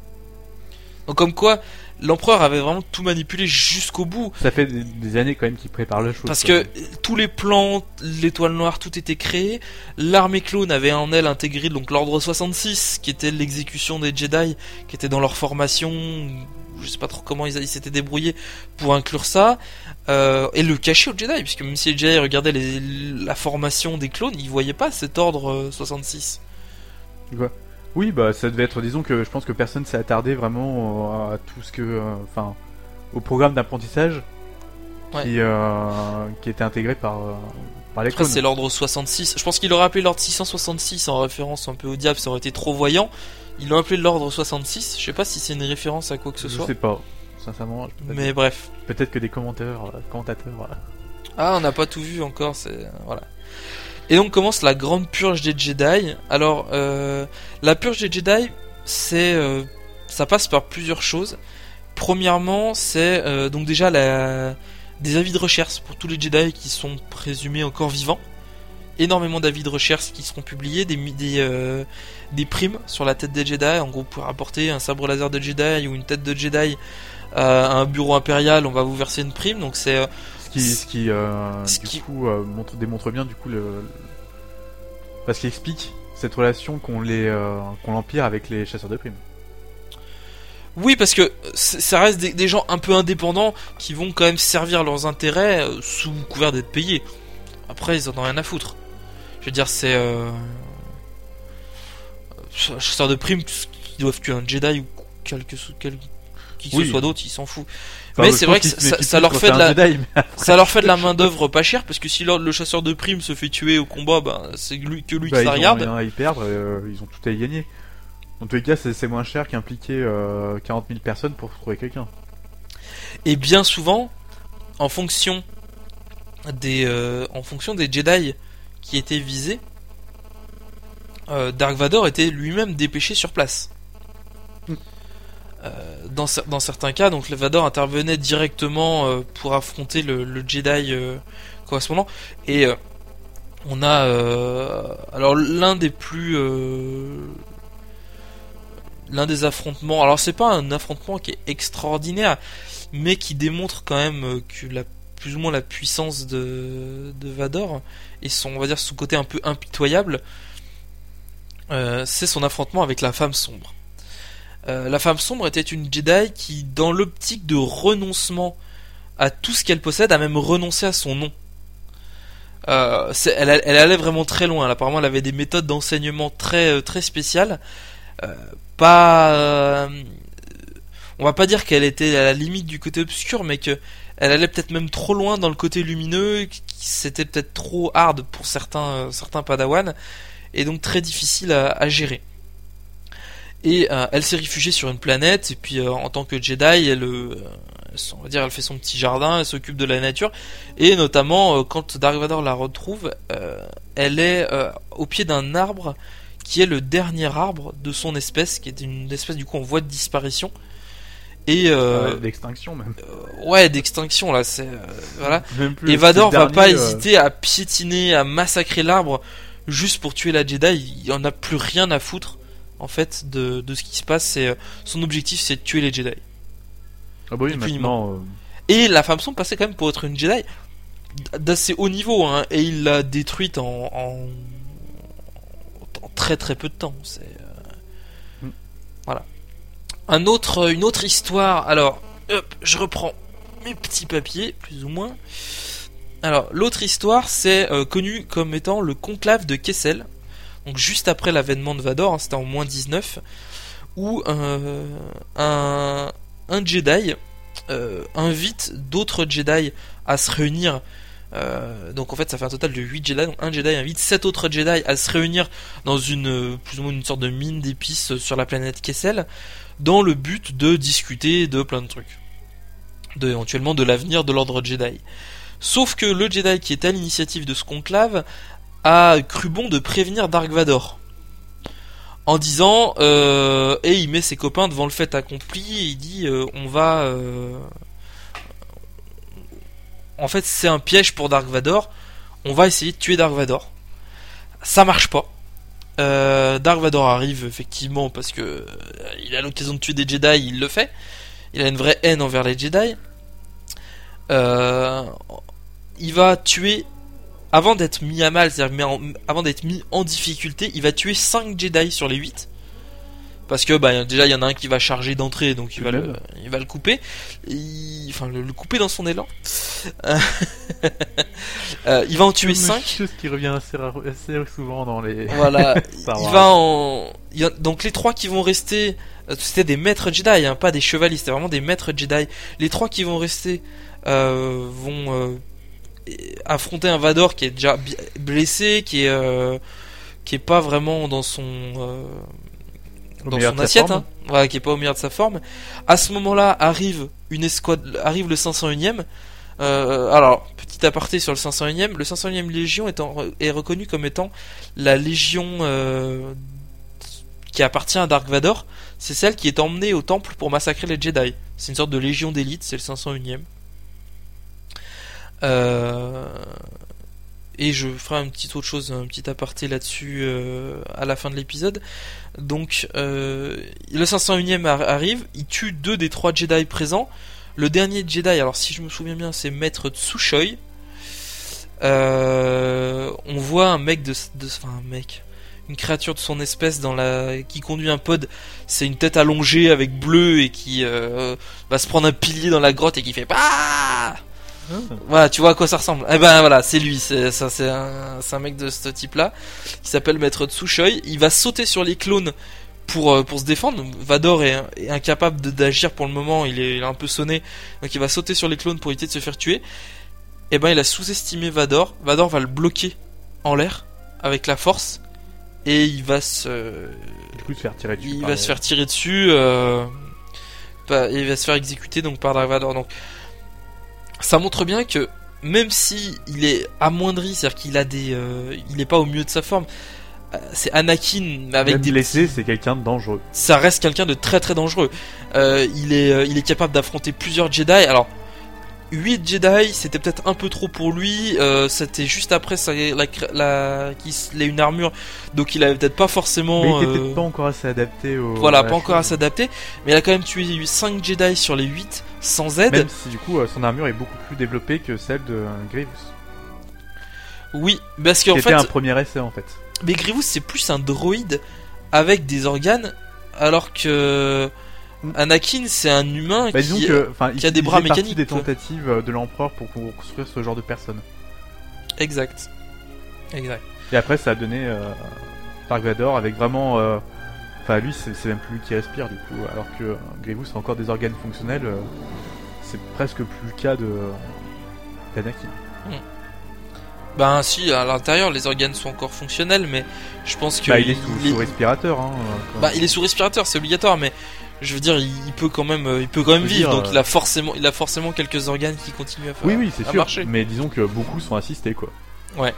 Donc comme quoi, l'empereur avait vraiment tout manipulé jusqu'au bout. Ça fait des, des années quand même qu'il prépare la chose. Parce que même. Tous les plans, l'étoile noire, tout était créé. L'armée clone avait en elle intégré donc l'ordre soixante-six, qui était l'exécution des Jedi, qui était dans leur formation. Je sais pas trop comment ils, ils s'étaient débrouillés pour inclure ça. Euh, et le cacher aux Jedi, puisque même si les Jedi regardaient les, la formation des clones, ils voyaient pas cet ordre soixante-six. Ouais. Oui, bah ça devait être, disons que je pense que personne s'est attardé vraiment à tout ce que, enfin, euh, au programme d'apprentissage ouais. qui, euh, qui était intégré par, euh, par les clones. Après c'est l'ordre soixante-six, je pense qu'il aurait appelé l'ordre six cent soixante-six en référence un peu au diable, ça aurait été trop voyant. Ils l'ont appelé l'ordre soixante-six, je sais pas si c'est une référence à quoi que ce je soit. Je sais pas, sincèrement. Je peux pas Mais dire. bref. Peut-être que des commentateurs, euh, commentateurs. Voilà. Ah, on n'a pas tout vu encore, c'est voilà. Et donc commence la grande purge des Jedi. Alors, euh, la purge des Jedi, c'est, euh, ça passe par plusieurs choses. Premièrement, c'est euh, donc déjà la, des avis de recherche pour tous les Jedi qui sont présumés encore vivants. Énormément d'avis de recherche qui seront publiés, des, des, euh, des primes sur la tête des Jedi. En gros, pour apporter un sabre laser de Jedi ou une tête de Jedi à un bureau impérial, on va vous verser une prime. Donc c'est euh, Ce qui, ce qui, euh, Ce du qui- coup, euh, montre, démontre bien du coup le, le- parce qu'il explique cette relation qu'ont les, euh, qu'ont l'Empire avec les chasseurs de primes. Oui, parce que c- ça reste des, des gens un peu indépendants qui vont quand même servir leurs intérêts euh, sous couvert d'être payés. Après, ils en ont rien à foutre. Je veux dire, c'est euh... ch- chasseurs de primes qui doivent tuer un Jedi ou quelque so- quel- qui que Oui. ce soit d'autre, ils s'en foutent. Enfin, Mais je c'est pense vrai que qu'ils ça, se ça- méfient ça plus leur quand fait c'est de un la, Jedi, mais ça leur fait de la main d'œuvre pas chère parce que si le, le chasseur de primes se fait tuer au combat, ben c'est lui que lui bah, qui ils la ont regarde. rien à y perdre, euh, ils ont tout à y gagner. Dans tous les cas, c'est, c'est moins cher qu'impliquer euh, quarante mille personnes pour trouver quelqu'un. Et bien souvent, en fonction des, euh, en fonction des Jedi qui étaient visés, euh, Dark Vador était lui-même dépêché sur place. Mm. Euh, dans, cer- dans certains cas, donc le Vador intervenait directement euh, pour affronter le, le Jedi euh, correspondant. Et euh, on a, euh, alors l'un des plus, euh, l'un des affrontements. Alors c'est pas un affrontement qui est extraordinaire, mais qui démontre quand même euh, que la plus ou moins la puissance de, de Vador et son, on va dire, son côté un peu impitoyable. Euh, c'est son affrontement avec la femme sombre. Euh, la femme sombre était une Jedi qui, dans l'optique de renoncement à tout ce qu'elle possède, a même renoncé à son nom. Euh, c'est, elle, elle allait vraiment très loin. Apparemment, elle avait des méthodes d'enseignement très très spéciales. Euh, pas, euh, on va pas dire qu'elle était à la limite du côté obscur, mais que elle allait peut-être même trop loin dans le côté lumineux. Qui, c'était peut-être trop hard pour certains euh, certains Padawan, et donc très difficile à, à gérer. Et euh, elle s'est réfugiée sur une planète, et puis euh, en tant que Jedi, elle, euh, on va dire, elle fait son petit jardin, elle s'occupe de la nature, et notamment euh, quand Dark Vador la retrouve, euh, elle est euh, au pied d'un arbre qui est le dernier arbre de son espèce, qui est une espèce du coup en voie de disparition, et euh, Euh, d'extinction même. euh, ouais, d'extinction là, c'est euh, voilà. Même plus, Et Vador c'est va le pas dernier, euh, hésiter à piétiner, à massacrer l'arbre juste pour tuer la Jedi. Il en a plus rien à foutre en fait de, de ce qui se passe. C'est, euh, son objectif, c'est de tuer les Jedi. Ah bah oui, ni plus ni maintenant. euh, Et la femme sombre passait quand même pour être une Jedi d'assez haut niveau, hein, et il l'a détruite en, en, en très très peu de temps. C'est euh, Mm. voilà. Un autre, une autre histoire. Alors, hop, je reprends mes petits papiers, plus ou moins. Alors, l'autre histoire, c'est euh, connu comme étant le conclave de Kessel. Donc, juste après l'avènement de Vador, hein, c'était en moins dix-neuf, où euh, un, un Jedi euh, invite d'autres Jedi à se réunir. Euh, donc, en fait, ça fait un total de huit Jedi. Donc, un Jedi invite sept autres Jedi à se réunir dans une, euh, plus ou moins une sorte de mine d'épices sur la planète Kessel, dans le but de discuter de plein de trucs. De, éventuellement de l'avenir de l'ordre Jedi. Sauf que le Jedi qui est à l'initiative de ce conclave a cru bon de prévenir Dark Vador. En disant, euh, et il met ses copains devant le fait accompli, et il dit, euh, on va... Euh, en fait, c'est un piège pour Dark Vador, on va essayer de tuer Dark Vador. Ça marche pas. Euh, Dark Vador arrive effectivement parce que euh, il a l'occasion de tuer des Jedi, il le fait. Il a une vraie haine envers les Jedi. Euh, il va tuer, avant d'être mis à mal, c'est-à-dire en, avant d'être mis en difficulté, il va tuer cinq Jedi sur les huit. Parce que bah, déjà il y en a un qui va charger d'entrée, donc il va, le, il va le couper. Il, enfin le, le couper dans son élan. euh, il va en tuer cinq. Chose qui revient assez, rare- assez souvent dans les. Voilà. Star Il Wars. va en. il y a- Donc les trois qui vont rester, euh, c'était des maîtres Jedi, hein, pas des chevaliers, c'était vraiment des maîtres Jedi. Les trois qui vont rester euh, vont euh, affronter un Vador qui est déjà bi- blessé, qui est euh, qui est pas vraiment dans son euh, dans son assiette, hein, voilà, qui est pas au meilleur de sa forme. À ce moment-là arrive une escouade, arrive le cinq cent unième. Euh, alors, petit aparté sur le cinq cent unième, le cinq cent unième Légion est, en, est reconnu comme étant la Légion euh, qui appartient à Dark Vador. C'est celle qui est emmenée au temple pour massacrer les Jedi. C'est une sorte de Légion d'élite, c'est le cinq cent unième. Euh... Et je ferai une petite autre chose, un petit aparté là-dessus euh, à la fin de l'épisode. Donc, euh, le cinq cent unième arrive, il tue deux des trois Jedi présents. Le dernier Jedi, alors si je me souviens bien, c'est Maître Tsushoy. Euh, on voit un mec de, de, enfin un mec, une créature de son espèce dans la, qui conduit un pod. C'est une tête allongée avec bleu et qui euh, va se prendre un pilier dans la grotte et qui fait bah. Voilà, tu vois à quoi ça ressemble. Eh ben voilà, c'est lui, c'est ça, c'est un, c'est un mec de ce type-là qui s'appelle Maître Tsushoy. Il va sauter sur les clones pour pour se défendre. Vador est, est incapable de, d'agir pour le moment. Il est, il est un peu sonné, donc il va sauter sur les clones pour éviter de se faire tuer. Et ben il a sous-estimé Vador. Vador va le bloquer en l'air avec la force et il va se, du coup, se faire tirer dessus. Il va les... se faire tirer dessus. Euh, bah, il va se faire exécuter donc par Dark Vador. Donc ça montre bien que même si il est amoindri, c'est-à-dire qu'il a des, euh, il est pas au mieux de sa forme. Euh, c'est Anakin avec même des blessé, petits... c'est quelqu'un de dangereux. Ça reste quelqu'un de très très dangereux. Euh, il est, euh, il est capable d'affronter plusieurs Jedi. Alors huit Jedi, c'était peut-être un peu trop pour lui. Euh, c'était juste après ça, la, la, qu'il ait une armure, donc il avait peut-être pas forcément. Mais il était euh... peut-être pas encore assez adapté au. Voilà, pas encore assez adapté. Mais il a quand même tué cinq Jedi sur les huit sans aide. Même si du coup son armure est beaucoup plus développée que celle de Grievous. Oui, parce qu'en fait. C'était un premier essai en fait. Mais Grievous c'est plus un droïde avec des organes, alors que Anakin c'est un humain bah, qui, que, qui a des bras mécaniques. Il fait partie des tentatives de l'empereur pour construire ce genre de personne. Exact. Exact. Et après ça a donné euh, Dark Vador avec vraiment... Euh, enfin lui c'est, c'est même plus lui qui respire du coup, alors que euh, Grievous a encore des organes fonctionnels. Euh, c'est presque plus le cas de d'Anakin. Hmm. Ben si, à l'intérieur les organes sont encore fonctionnels, mais je pense que... Bah il est sous, il sous est... respirateur hein. Bah il est sous respirateur, c'est obligatoire, mais je veux dire, il, il peut quand même, il peut quand même vivre, dire, donc euh... il a forcément, il a forcément quelques organes qui continuent à faire. Oui oui c'est à sûr. Marcher. Mais disons que beaucoup sont assistés quoi. Ouais.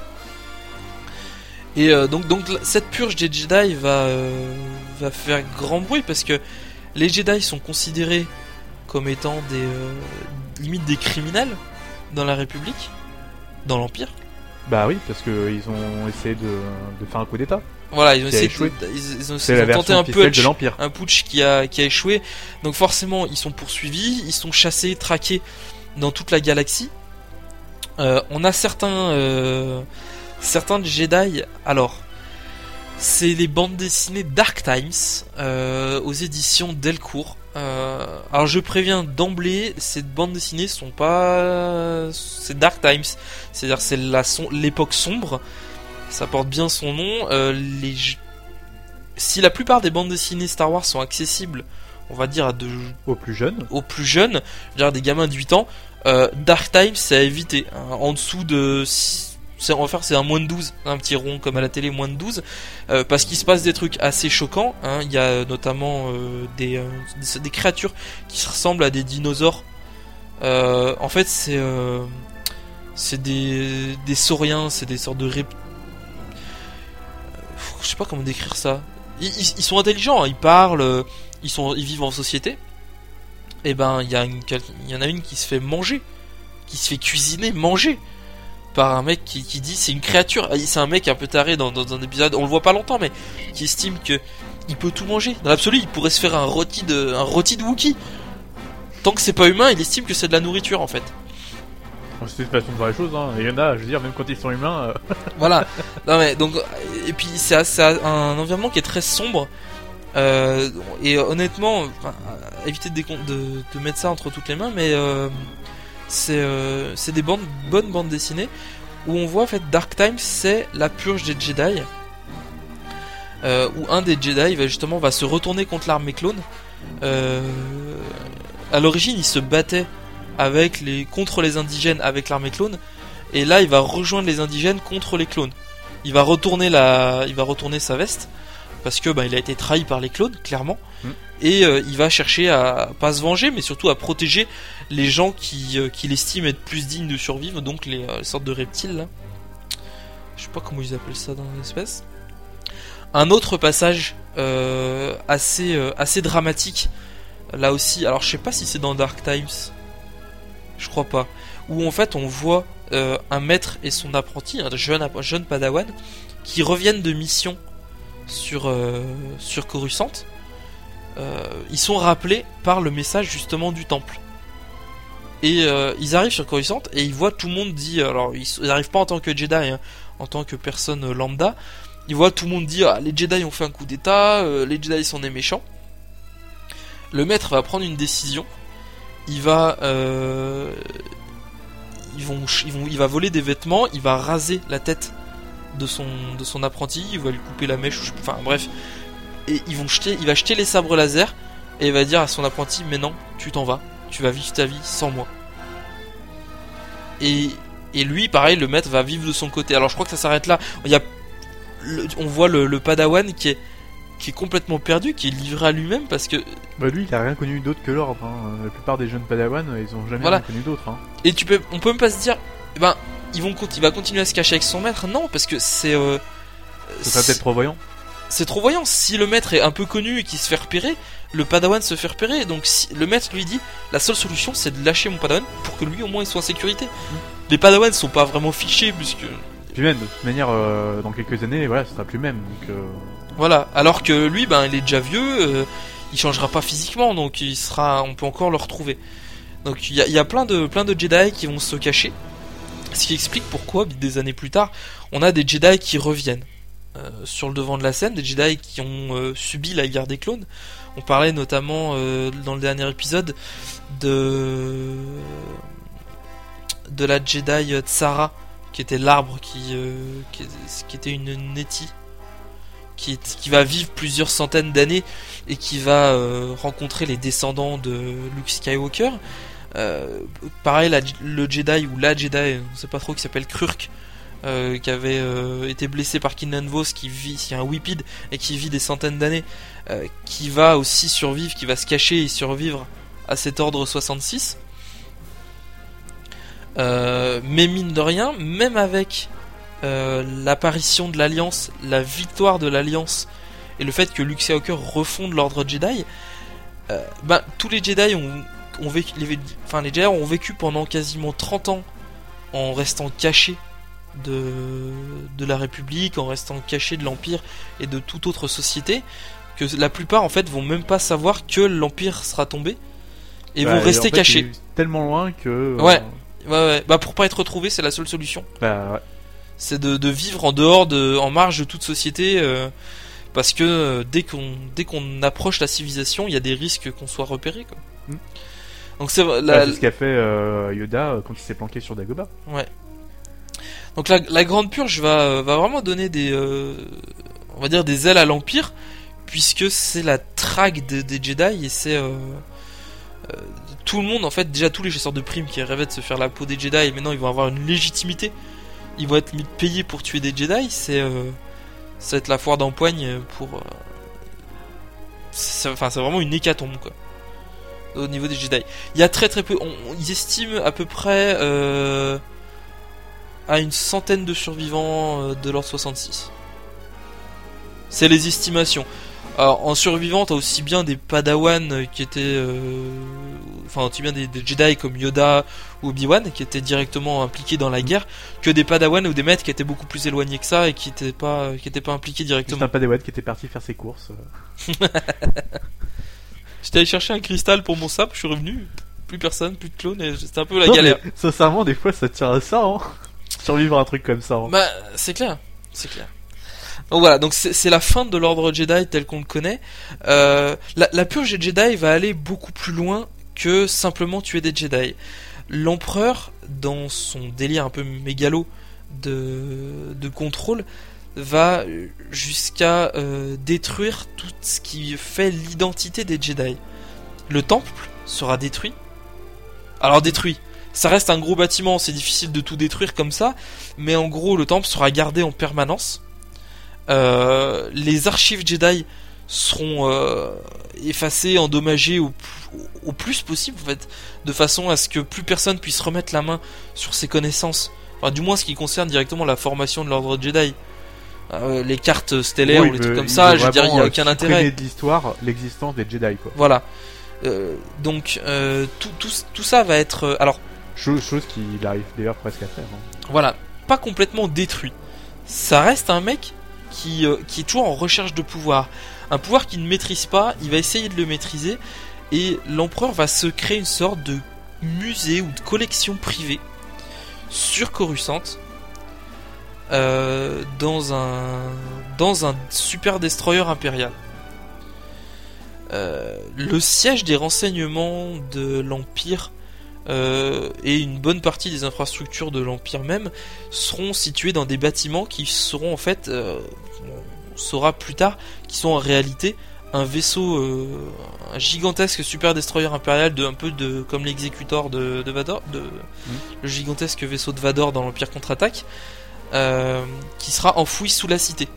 Et euh, donc donc cette purge des Jedi va euh, va faire grand bruit parce que les Jedi sont considérés comme étant des euh, limite des criminels dans la République, dans l'Empire. Bah oui, parce que ils ont essayé de, de faire un coup d'état. Voilà, ils ont essayé de, ils, ils ont, ils ont tenté un putsch, de l'Empire. un putsch qui a qui a échoué. Donc forcément, ils sont poursuivis, ils sont chassés, traqués dans toute la galaxie. Euh, on a certains euh, certains Jedi. Alors, c'est les bandes dessinées Dark Times euh, aux éditions Delcourt. Euh, alors je préviens d'emblée, ces bandes dessinées sont pas, c'est Dark Times, c'est-à-dire c'est la son... l'époque sombre. Ça porte bien son nom. Euh, les... Si la plupart des bandes dessinées Star Wars sont accessibles, on va dire à de... aux plus jeunes, aux plus jeunes, genre des gamins de huit ans, euh, Dark Times c'est à éviter. Hein, en dessous de, c'est, on va faire c'est un moins de douze, un petit rond comme à la télé, moins de douze, euh, parce qu'il se passe des trucs assez choquants. Hein. Il y a notamment euh, des, euh, des des créatures qui se ressemblent à des dinosaures. Euh, en fait c'est euh, c'est des des sauriens, c'est des sortes de reptiles. Je sais pas comment décrire ça. Ils, ils, ils sont intelligents, hein, ils parlent, ils sont, ils vivent en société. Et ben, il y a une, il y en a une qui se fait manger, qui se fait cuisiner, manger par un mec qui, qui dit c'est une créature. C'est un mec un peu taré dans, dans un épisode, on le voit pas longtemps, mais qui estime que il peut tout manger. Dans l'absolu, il pourrait se faire un rôti de, un rôti de Wookie. Tant que c'est pas humain, il estime que c'est de la nourriture en fait. C'est une façon de voir les choses, hein. Il y en a, je veux dire, même quand ils sont humains. Euh... Voilà. Non mais donc, et puis c'est, c'est un environnement qui est très sombre. Euh, et honnêtement, enfin, éviter de, décon- de, de mettre ça entre toutes les mains, mais euh, c'est, euh, c'est des bandes, bonnes bandes dessinées où on voit en fait Dark Times, c'est la purge des Jedi. Euh, où un des Jedi va justement va se retourner contre l'armée clone. Euh, à l'origine, il se battait avec les contre les indigènes avec l'armée clone, et là il va rejoindre les indigènes contre les clones. Il va retourner la il va retourner sa veste parce que bah, il a été trahi par les clones, clairement, mm. et euh, il va chercher à pas se venger, mais surtout à protéger les gens qui euh, qu'il estime être plus dignes de survivre, donc les euh, sortes de reptiles là. Je sais pas comment ils appellent ça dans l'espèce. Un autre passage euh, assez euh, assez dramatique là aussi. Alors je sais pas si c'est dans Dark Times, je crois pas. Où en fait on voit euh, un maître et son apprenti, un jeune jeune Padawan, qui reviennent de mission sur euh, sur Coruscant. Euh, ils sont rappelés par le message justement du temple. Et euh, ils arrivent sur Coruscant et ils voient tout le monde dit, alors ils n'arrivent pas en tant que Jedi, hein, en tant que personne lambda. Ils voient tout le monde dire ah, les Jedi ont fait un coup d'état, euh, les Jedi sont des méchants. Le maître va prendre une décision. Il va, euh, ils vont, ils vont, il va voler des vêtements. Il va raser la tête de son, de son apprenti. Il va lui couper la mèche. Enfin bref. Et ils vont jeter, il va jeter les sabres laser et il va dire à son apprenti mais non, tu t'en vas. Tu vas vivre ta vie sans moi. Et et lui, pareil, le maître va vivre de son côté. Alors je crois que ça s'arrête là. Il y a Le, on voit le, le Padawan qui est, qui est complètement perdu, qui est livré à lui-même parce que. Bah lui, il a rien connu d'autre que l'ordre. Hein. La plupart des jeunes Padawan, ils ont jamais voilà. rien connu d'autre. Hein. Et tu peux, on peut même pas se dire, eh ben, ils vont, il va continuer à se cacher avec son maître. Non, parce que c'est. Euh, ça serait peut-être trop voyant. C'est trop voyant. Si le maître est un peu connu et qu'il se fait repérer, le Padawan se fait repérer. Donc si le maître lui dit, la seule solution, c'est de lâcher mon Padawan pour que lui au moins il soit en sécurité. Mmh. Les Padawans sont pas vraiment fichés puisque. Puis même, de toute manière, euh, dans quelques années, voilà, ce sera plus le même. Donc, euh... Voilà, alors que lui, ben, il est déjà vieux, euh, il changera pas physiquement, donc il sera, on peut encore le retrouver. Donc il y a, y a plein de, plein de Jedi qui vont se cacher, ce qui explique pourquoi, des années plus tard, on a des Jedi qui reviennent euh, sur le devant de la scène, des Jedi qui ont euh, subi la guerre des clones. On parlait notamment euh, dans le dernier épisode de de la Jedi Tsara, qui était l'arbre qui, euh, qui, qui était une Neti, qui, qui va vivre plusieurs centaines d'années et qui va euh, rencontrer les descendants de Luke Skywalker. Euh, pareil, la, le Jedi ou la Jedi, on sait pas trop, qui s'appelle Krurk, euh, qui avait euh, été blessé par Kinnan Vos, qui vit, qui est un Whippid et qui vit des centaines d'années, euh, qui va aussi survivre, qui va se cacher et survivre à cet ordre soixante-six. Euh, mais mine de rien, même avec euh, l'apparition de l'Alliance, la victoire de l'Alliance et le fait que Luke Skywalker refonde l'ordre Jedi, euh, ben, tous les Jedi ont, ont vécu, les, enfin les Jedi ont vécu pendant quasiment trente ans en restant cachés de, de la République, en restant cachés de l'Empire et de toute autre société, que la plupart en fait vont même pas savoir que l'Empire sera tombé et bah, vont rester en fait, cachés. Tellement loin que. Ouais. Euh... Ouais, ouais, bah pour pas être retrouvé, c'est la seule solution. Bah ouais. C'est de, de vivre en dehors, de, en marge de toute société, euh, parce que euh, dès qu'on, dès qu'on approche la civilisation, il y a des risques qu'on soit repéré, quoi. Mm. Donc c'est la, bah, c'est ce qu'a fait euh, Yoda quand il s'est planqué sur Dagobah. Ouais. Donc la, la Grande Purge va, va vraiment donner des, euh, on va dire des ailes à l'Empire, puisque c'est la traque de, des Jedi et c'est euh, euh, tout le monde, en fait, déjà tous les chasseurs de primes qui rêvaient de se faire la peau des Jedi, et maintenant ils vont avoir une légitimité, ils vont être payés pour tuer des Jedi, c'est euh, ça va être la foire d'empoigne pour euh, c'est, enfin c'est vraiment une hécatombe quoi au niveau des Jedi. Il y a très très peu, on, ils estiment à peu près euh, à une centaine de survivants de l'ordre soixante-six. C'est les estimations. Alors, en survivant, t'as aussi bien des Padawan qui étaient, euh, enfin aussi bien des, des Jedi comme Yoda ou Obi-Wan qui étaient directement impliqués dans la guerre, que des Padawan ou des maîtres qui étaient beaucoup plus éloignés que ça et qui étaient pas, qui étaient pas impliqués directement. C'est un Padawan qui était parti faire ses courses. J'étais allé chercher un cristal pour mon sabre, je suis revenu, plus personne, plus de clones, et c'était un peu la non, galère. Mais, sincèrement, des fois, ça tient à ça, hein. Survivre à un truc comme ça. Hein. Bah, c'est clair, c'est clair. Donc voilà, donc c'est, c'est la fin de l'ordre Jedi tel qu'on le connaît. Euh, la, la purge des Jedi va aller beaucoup plus loin que simplement tuer des Jedi. L'empereur, dans son délire un peu mégalo de, de contrôle, va jusqu'à euh, détruire tout ce qui fait l'identité des Jedi. Le temple sera détruit. Alors détruit, ça reste un gros bâtiment, c'est difficile de tout détruire comme ça, mais en gros le temple sera gardé en permanence. euh, les archives Jedi seront euh, effacées, endommagées au, au plus possible en fait, de façon à ce que plus personne puisse remettre la main sur ses connaissances. Enfin, du moins ce qui concerne directement la formation de l'ordre Jedi. Euh, les cartes stellaires Oui, ou les il trucs veut- comme il ça, veut je veux dire, il n'y a vraiment, aucun euh, intérêt. supprimer de l'histoire l'existence des Jedi, quoi. Voilà. Euh, donc euh, tout, tout, tout ça va être euh, alors Chose, chose qu'il arrive d'ailleurs presque à faire. hein. voilà, pas complètement détruit. Ça reste un mec qui, euh, qui est toujours en recherche de pouvoir. Un pouvoir qu'il ne maîtrise pas, il va essayer de le maîtriser, et l'empereur va se créer une sorte de musée ou de collection privée sur Coruscant, euh, dans un dans un super destroyer impérial. Euh, le siège des renseignements de l'Empire euh, et une bonne partie des infrastructures de l'Empire même seront situés dans des bâtiments qui seront en fait, euh, on saura plus tard, qui sont en réalité un vaisseau, euh, un gigantesque super destroyer impérial, de un peu de comme l'exécuteur de, de Vador, de, mmh. le gigantesque vaisseau de Vador dans l'Empire contre-attaque, euh, qui sera enfoui sous la cité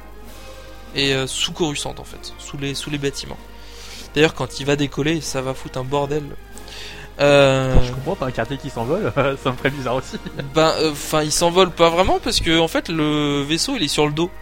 et euh, sous Coruscant en fait, sous les sous les bâtiments. D'ailleurs, quand il va décoller, ça va foutre un bordel. Euh... Je comprends, t'as un quartier qui s'envole, ça me ferait bizarre aussi. Ben, enfin, euh, il s'envole pas vraiment parce que en fait, le vaisseau il est sur le dos.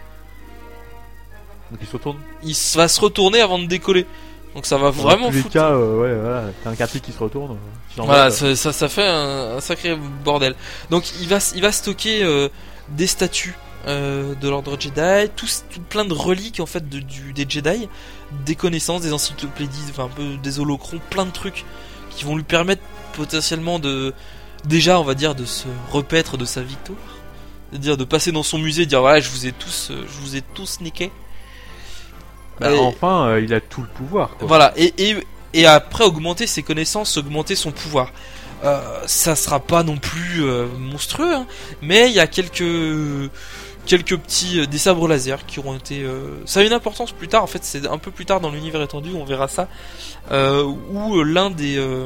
Donc il se retourne. Il va se retourner avant de décoller. Donc ça va vraiment Dans tous les foutre. cas, euh, ouais, voilà, t'as un quartier qui se retourne. Qui voilà, ça, ça, ça fait un, un sacré bordel. Donc il va, il va stocker euh, des statues euh, de l'ordre Jedi, tout, tout plein de reliques en fait de, du, des Jedi, des connaissances, des encyclopédies, enfin un peu des holocrons, plein de trucs qui vont lui permettre potentiellement de, déjà on va dire de se repaître de sa victoire, c'est-à-dire de passer dans son musée, et dire voilà je vous ai tous, je vous ai tous niqué. Bah, et, enfin, euh, il a tout le pouvoir. Quoi. Voilà, et, et, et après augmenter ses connaissances, augmenter son pouvoir. Euh, ça sera pas non plus euh, monstrueux, hein, mais il y a quelques quelques petits euh, des sabres laser qui auront été. Euh, ça a une importance plus tard. En fait, c'est un peu plus tard dans l'univers étendu, on verra ça, euh, où l'un des euh,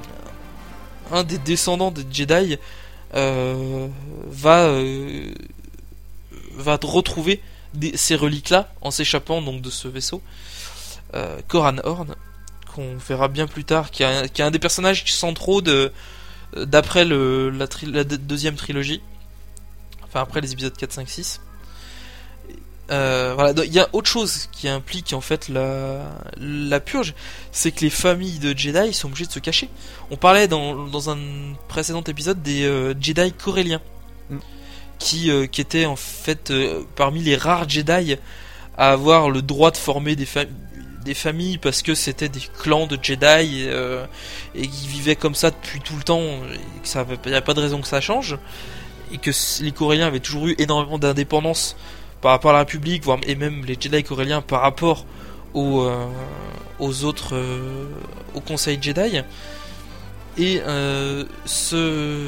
un des descendants des Jedi euh, va euh, va retrouver des, ces reliques-là en s'échappant donc de ce vaisseau. Euh, Corran Horn, qu'on verra bien plus tard, qui est un, qui est un des personnages centraux de d'après le la, tri, la deuxième trilogie, enfin après les épisodes quatre, cinq, six. Euh, voilà, il y a autre chose qui implique en fait la la purge, c'est que les familles de Jedi sont obligées de se cacher. On parlait dans dans un précédent épisode des euh, Jedi coréliens. Mm. Qui, euh, qui étaient en fait euh, parmi les rares Jedi à avoir le droit de former des, fam- des familles parce que c'était des clans de Jedi et, euh, et qui vivaient comme ça depuis tout le temps et que ça avait, y a pas de raison que ça change, et que les Coréliens avaient toujours eu énormément d'indépendance par rapport à la République, voire et même les Jedi coréliens par rapport aux, euh, aux autres euh, au Conseil Jedi. Et euh, ce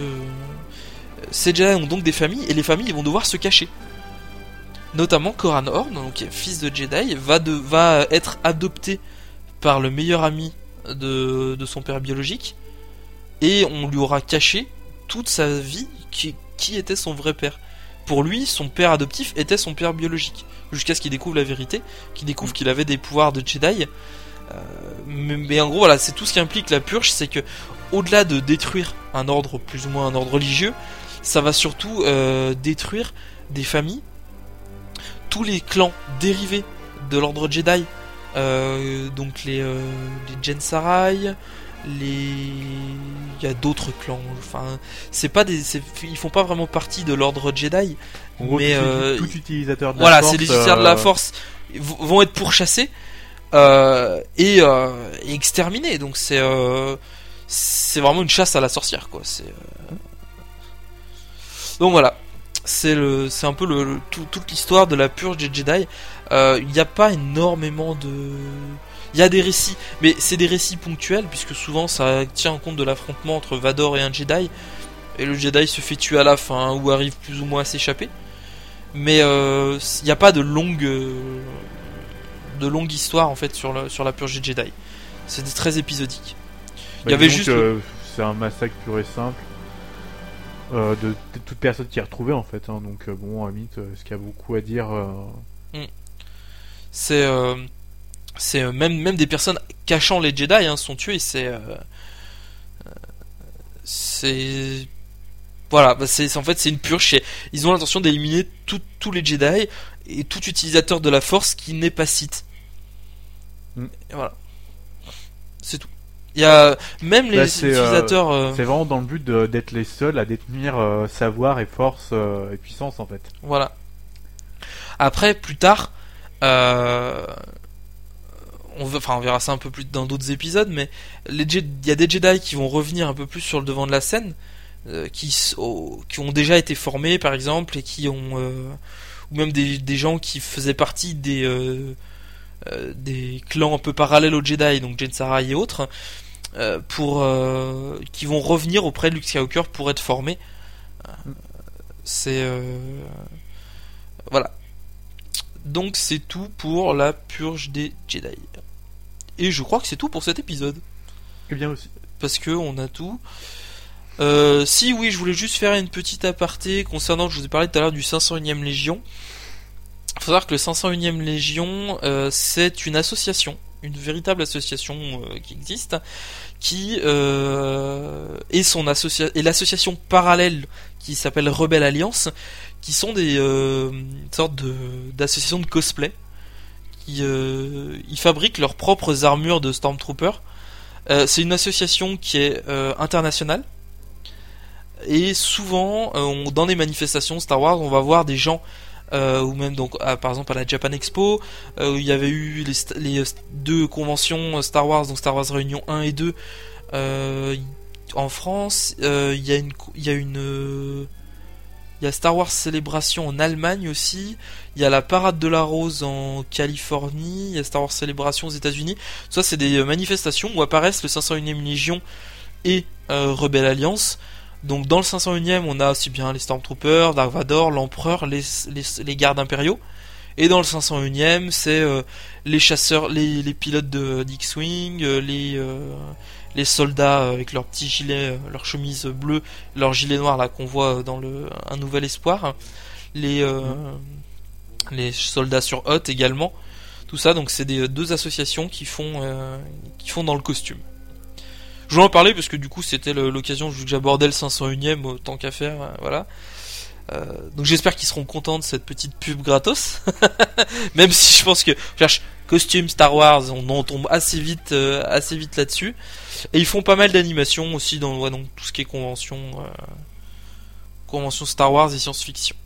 ces Jedi ont donc des familles, et les familles vont devoir se cacher. Notamment Corran Horn, donc fils de Jedi, va, de, va être adopté par le meilleur ami de, de son père biologique, et on lui aura caché toute sa vie qui, qui était son vrai père. Pour lui, son père adoptif était son père biologique, jusqu'à ce qu'il découvre la vérité, qu'il découvre qu'il avait des pouvoirs de Jedi. Euh, mais, mais en gros, voilà, c'est tout ce qui implique la purge, c'est que au-delà de détruire un ordre, plus ou moins un ordre religieux, ça va surtout euh, détruire des familles, tous les clans dérivés de l'ordre Jedi, euh, donc les, euh, les Gensarai, les, il y a d'autres clans. Enfin, c'est pas des, c'est... ils font pas vraiment partie de l'ordre Jedi, en gros, mais tout, euh, tout utilisateur de voilà, la force, c'est les utilisateurs euh... de la force vont être pourchassés euh, et, euh, et exterminés. Donc c'est, euh, c'est vraiment une chasse à la sorcière, quoi. C'est euh... Donc voilà, c'est le, c'est un peu le, le tout, toute l'histoire de la purge des Jedi. Il euh, n'y a pas énormément de, il y a des récits, mais c'est des récits ponctuels puisque souvent ça tient en compte de l'affrontement entre Vador et un Jedi, et le Jedi se fait tuer à la fin, hein, ou arrive plus ou moins à s'échapper. Mais il euh, n'y a pas de longue, euh, de longue histoire en fait sur la sur la purge des Jedi. C'est très épisodique. Il bah, y avait juste, euh, c'est un massacre pur et simple. Euh, de, de toute personne qui est retrouvée en fait, hein, donc euh, bon, à limite, euh, est-ce qu'il y a beaucoup à dire euh, Mm. C'est, euh, c'est euh, même même des personnes cachant les Jedi hein, sont tuées. C'est, euh, c'est, voilà, bah c'est, c'est en fait c'est une purge. C'est, ils ont l'intention d'éliminer tout, tous les Jedi et tout utilisateur de la Force qui n'est pas Sith. Mm. Et voilà, c'est tout. Il y a même les Bah, c'est, utilisateurs. euh, euh, C'est vraiment dans le but de, d'être les seuls à détenir euh, savoir et force euh, et puissance en fait. Voilà. Après, plus tard, euh, on, va, enfin, on verra ça un peu plus dans d'autres épisodes, mais les Je- il y a des Jedi qui vont revenir un peu plus sur le devant de la scène, euh, qui, s- oh, qui ont déjà été formés, par exemple, et qui ont, euh, ou même des, des gens qui faisaient partie des, euh, euh, des clans un peu parallèles aux Jedi, donc Jedi et autres, euh, pour, euh, qui vont revenir auprès de Luke Skywalker pour être formés. Euh, C'est, euh, voilà. Donc c'est tout pour la purge des Jedi. Et je crois que c'est tout pour cet épisode. C'est bien aussi. Parce que on a tout. Euh, si oui, je voulais juste faire une petite aparté concernant, je vous ai parlé tout à l'heure du cinq cent unième Légion. Il faut savoir que le cinq cent unième Légion, euh, c'est une association, une véritable association euh, qui existe, qui euh, est, son associa- est l'association parallèle qui s'appelle Rebel Alliance, qui sont des euh, sortes de, d'associations de cosplay. Qui, euh, ils fabriquent leurs propres armures de Stormtroopers. Euh, c'est une association qui est euh, internationale. Et souvent, euh, on, dans les manifestations Star Wars, on va voir des gens, euh, ou même donc, à, par exemple à la Japan Expo, euh, où il y avait eu les, les deux conventions Star Wars, donc Star Wars Réunion un et deux, euh, en France. Euh, il y a une, il y a une, euh, il y a Star Wars Célébration en Allemagne aussi. Il y a la Parade de la Rose en Californie. Il y a Star Wars Célébration aux États-Unis. Ça, c'est des manifestations où apparaissent le cinq cent unième Légion et euh, Rebel Alliance. Donc dans le cinq cent unième, on a aussi bien les Stormtroopers, Dark Vador, l'Empereur, les, les, les gardes impériaux. Et dans le cinq cent unième, c'est euh, les chasseurs, les, les pilotes de d'X-Wing, euh, les, euh, les soldats avec leurs petits gilets, euh, leurs chemises bleues, leurs gilets noirs là qu'on voit dans le Un Nouvel Espoir. Les, euh, les soldats sur Hoth également. Tout ça, donc c'est des deux associations qui font, euh, qui font dans le costume. Je voulais en parler parce que du coup c'était le, l'occasion, vu que j'abordais le cinq cent unième, euh, tant qu'à faire, euh, voilà. Euh, donc j'espère qu'ils seront contents de cette petite pub gratos. Même si je pense que je cherche costume Star Wars, on en tombe assez vite, euh, assez vite là-dessus. Et ils font pas mal d'animations aussi dans ouais, donc, tout ce qui est convention, euh, convention Star Wars et science-fiction.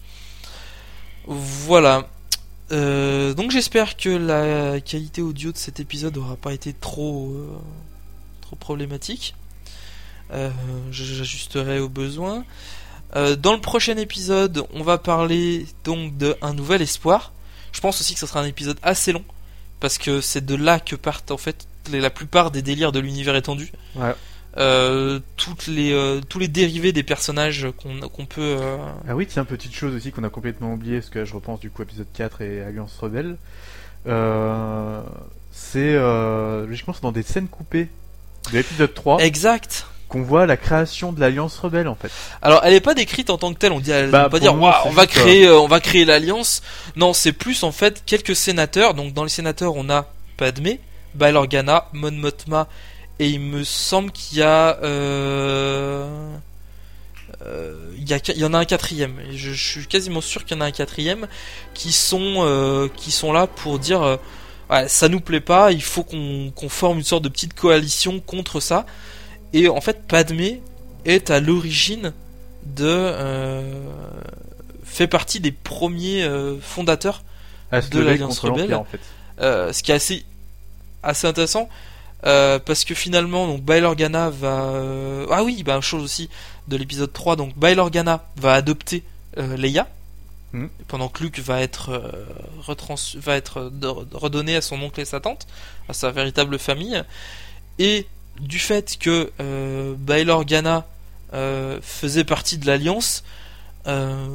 Voilà. Euh, donc j'espère que la qualité audio de cet épisode aura pas été trop, euh, trop problématique. Euh, j'ajusterai au besoin. Euh, dans le prochain épisode, on va parler donc de Un Nouvel Espoir. Je pense aussi que ce sera un épisode assez long, parce que c'est de là que partent en fait la plupart des délires de l'univers étendu. Ouais. Euh, toutes les, euh, tous les dérivés des personnages qu'on, qu'on peut... Euh... Ah oui, tiens, petite chose aussi qu'on a complètement oublié, parce que là, je repense du coup épisode quatre et Alliance Rebelle. Euh, c'est euh, logiquement c'est dans des scènes coupées de l'épisode trois. Exact. Qu'on voit la création de l'Alliance Rebelle en fait. Alors elle est pas décrite en tant que telle, on dit, elle bah, va pas dire moi, on va créer, euh, on va créer l'Alliance. Non, c'est plus en fait quelques sénateurs. Donc dans les sénateurs, on a Padmé, Bail Organa, Mon Mothma, et il me semble qu'il y a, euh... Euh, il y a, il y en a un quatrième. Et je, je suis quasiment sûr qu'il y en a un quatrième qui sont, euh, qui sont là pour dire, euh, ouais, ça nous plaît pas, il faut qu'on, qu'on forme une sorte de petite coalition contre ça. Et en fait, Padmé est à l'origine de, euh, fait partie des premiers euh, fondateurs de l'Alliance Rebelle. En fait. euh, ce qui est assez, assez intéressant, euh, parce que finalement, donc Bail Organa va, euh... ah oui, bah chose aussi de l'épisode trois, donc Bail Organa va adopter euh, Leia, mmh. pendant que Luke va être, euh, retrans... va être de... redonné à son oncle et sa tante, à sa véritable famille, et du fait que euh, Bail Organa euh, faisait partie de l'Alliance, euh,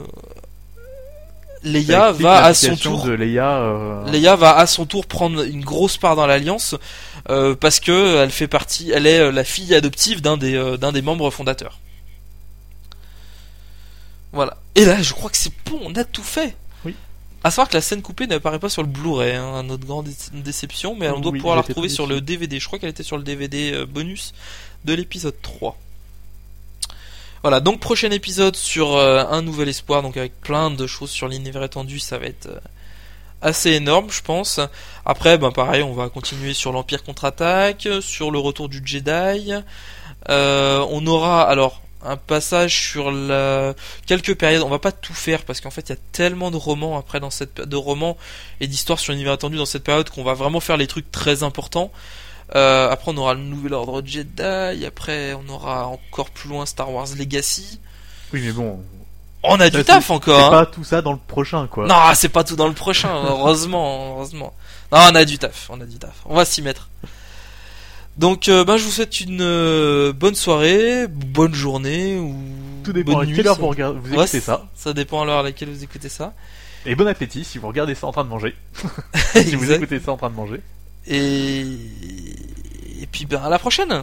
Leia va à son tour. De Leia, euh... Leia va à son tour prendre une grosse part dans l'Alliance euh, parce que elle fait partie, elle est la fille adoptive d'un des euh, d'un des membres fondateurs. Voilà. Et là, je crois que c'est bon, on a tout fait. Oui. À savoir que la scène coupée n'apparaît pas sur le Blu-ray, hein, notre grande dé- déception, mais on doit Oui, pouvoir la j'étais retrouver très sur déçu. le D V D. Je crois qu'elle était sur le D V D euh, bonus de l'épisode trois. Voilà, donc prochain épisode sur euh, un nouvel espoir, donc avec plein de choses sur l'univers étendu, ça va être euh, assez énorme, je pense. Après, ben pareil, on va continuer sur l'Empire contre-attaque, sur le retour du Jedi. Euh, on aura alors un passage sur la... quelques périodes. On va pas tout faire parce qu'en fait, il y a tellement de romans après dans cette de romans et d'histoires sur l'univers étendu dans cette période qu'on va vraiment faire les trucs très importants. Euh, après, on aura le Nouvel Ordre Jedi. Après, on aura encore plus loin Star Wars Legacy. Oui, mais bon. On a du là, taf c'est- encore. C'est Hein. pas tout ça dans le prochain, quoi. Non, c'est pas tout dans le prochain. heureusement, heureusement. Non, on a du taf. On a du taf. On va s'y mettre. Donc, euh, ben, je vous souhaite une euh, bonne soirée, bonne journée ou Tout dépend bonne à nuit, quelle heure ça- vous, regardez, vous Ouais, écoutez ça. Ça dépend à l'heure à laquelle vous écoutez ça. Et bon appétit si vous regardez ça en train de manger. Si vous Exact. écoutez ça en train de manger. Et et puis ben à la prochaine.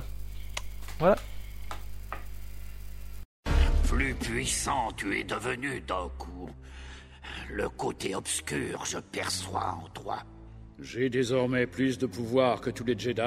Plus puissant tu es devenu d'un coup. Le côté obscur, je perçois en toi. J'ai désormais plus de pouvoir que tous les Jedi.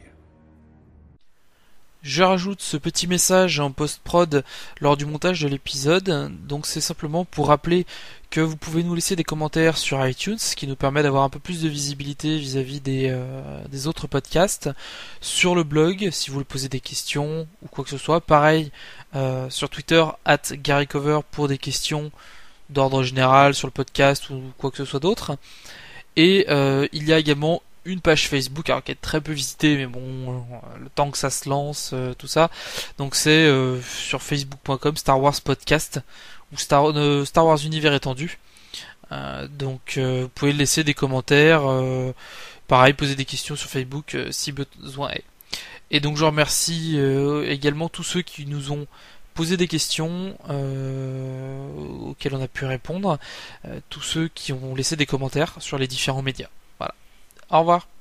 Je rajoute ce petit message en post-prod lors du montage de l'épisode, donc c'est simplement pour rappeler que vous pouvez nous laisser des commentaires sur iTunes, ce qui nous permet d'avoir un peu plus de visibilité vis-à-vis des, euh, des autres podcasts. Sur le blog, si vous voulez poser des questions ou quoi que ce soit, pareil, euh, sur Twitter, at GaryCover pour des questions d'ordre général sur le podcast ou quoi que ce soit d'autre. Et euh, il y a également une page Facebook, alors qui est très peu visitée, mais bon, euh, le temps que ça se lance, euh, tout ça. Donc c'est euh, sur facebook point com Star Wars Podcast ou Star, euh, Star Wars Univers étendu. Euh, donc euh, vous pouvez laisser des commentaires, euh, pareil, poser des questions sur Facebook euh, si besoin est. Et donc je remercie euh, également tous ceux qui nous ont posé des questions euh, auxquelles on a pu répondre, euh, tous ceux qui ont laissé des commentaires sur les différents médias. Au revoir.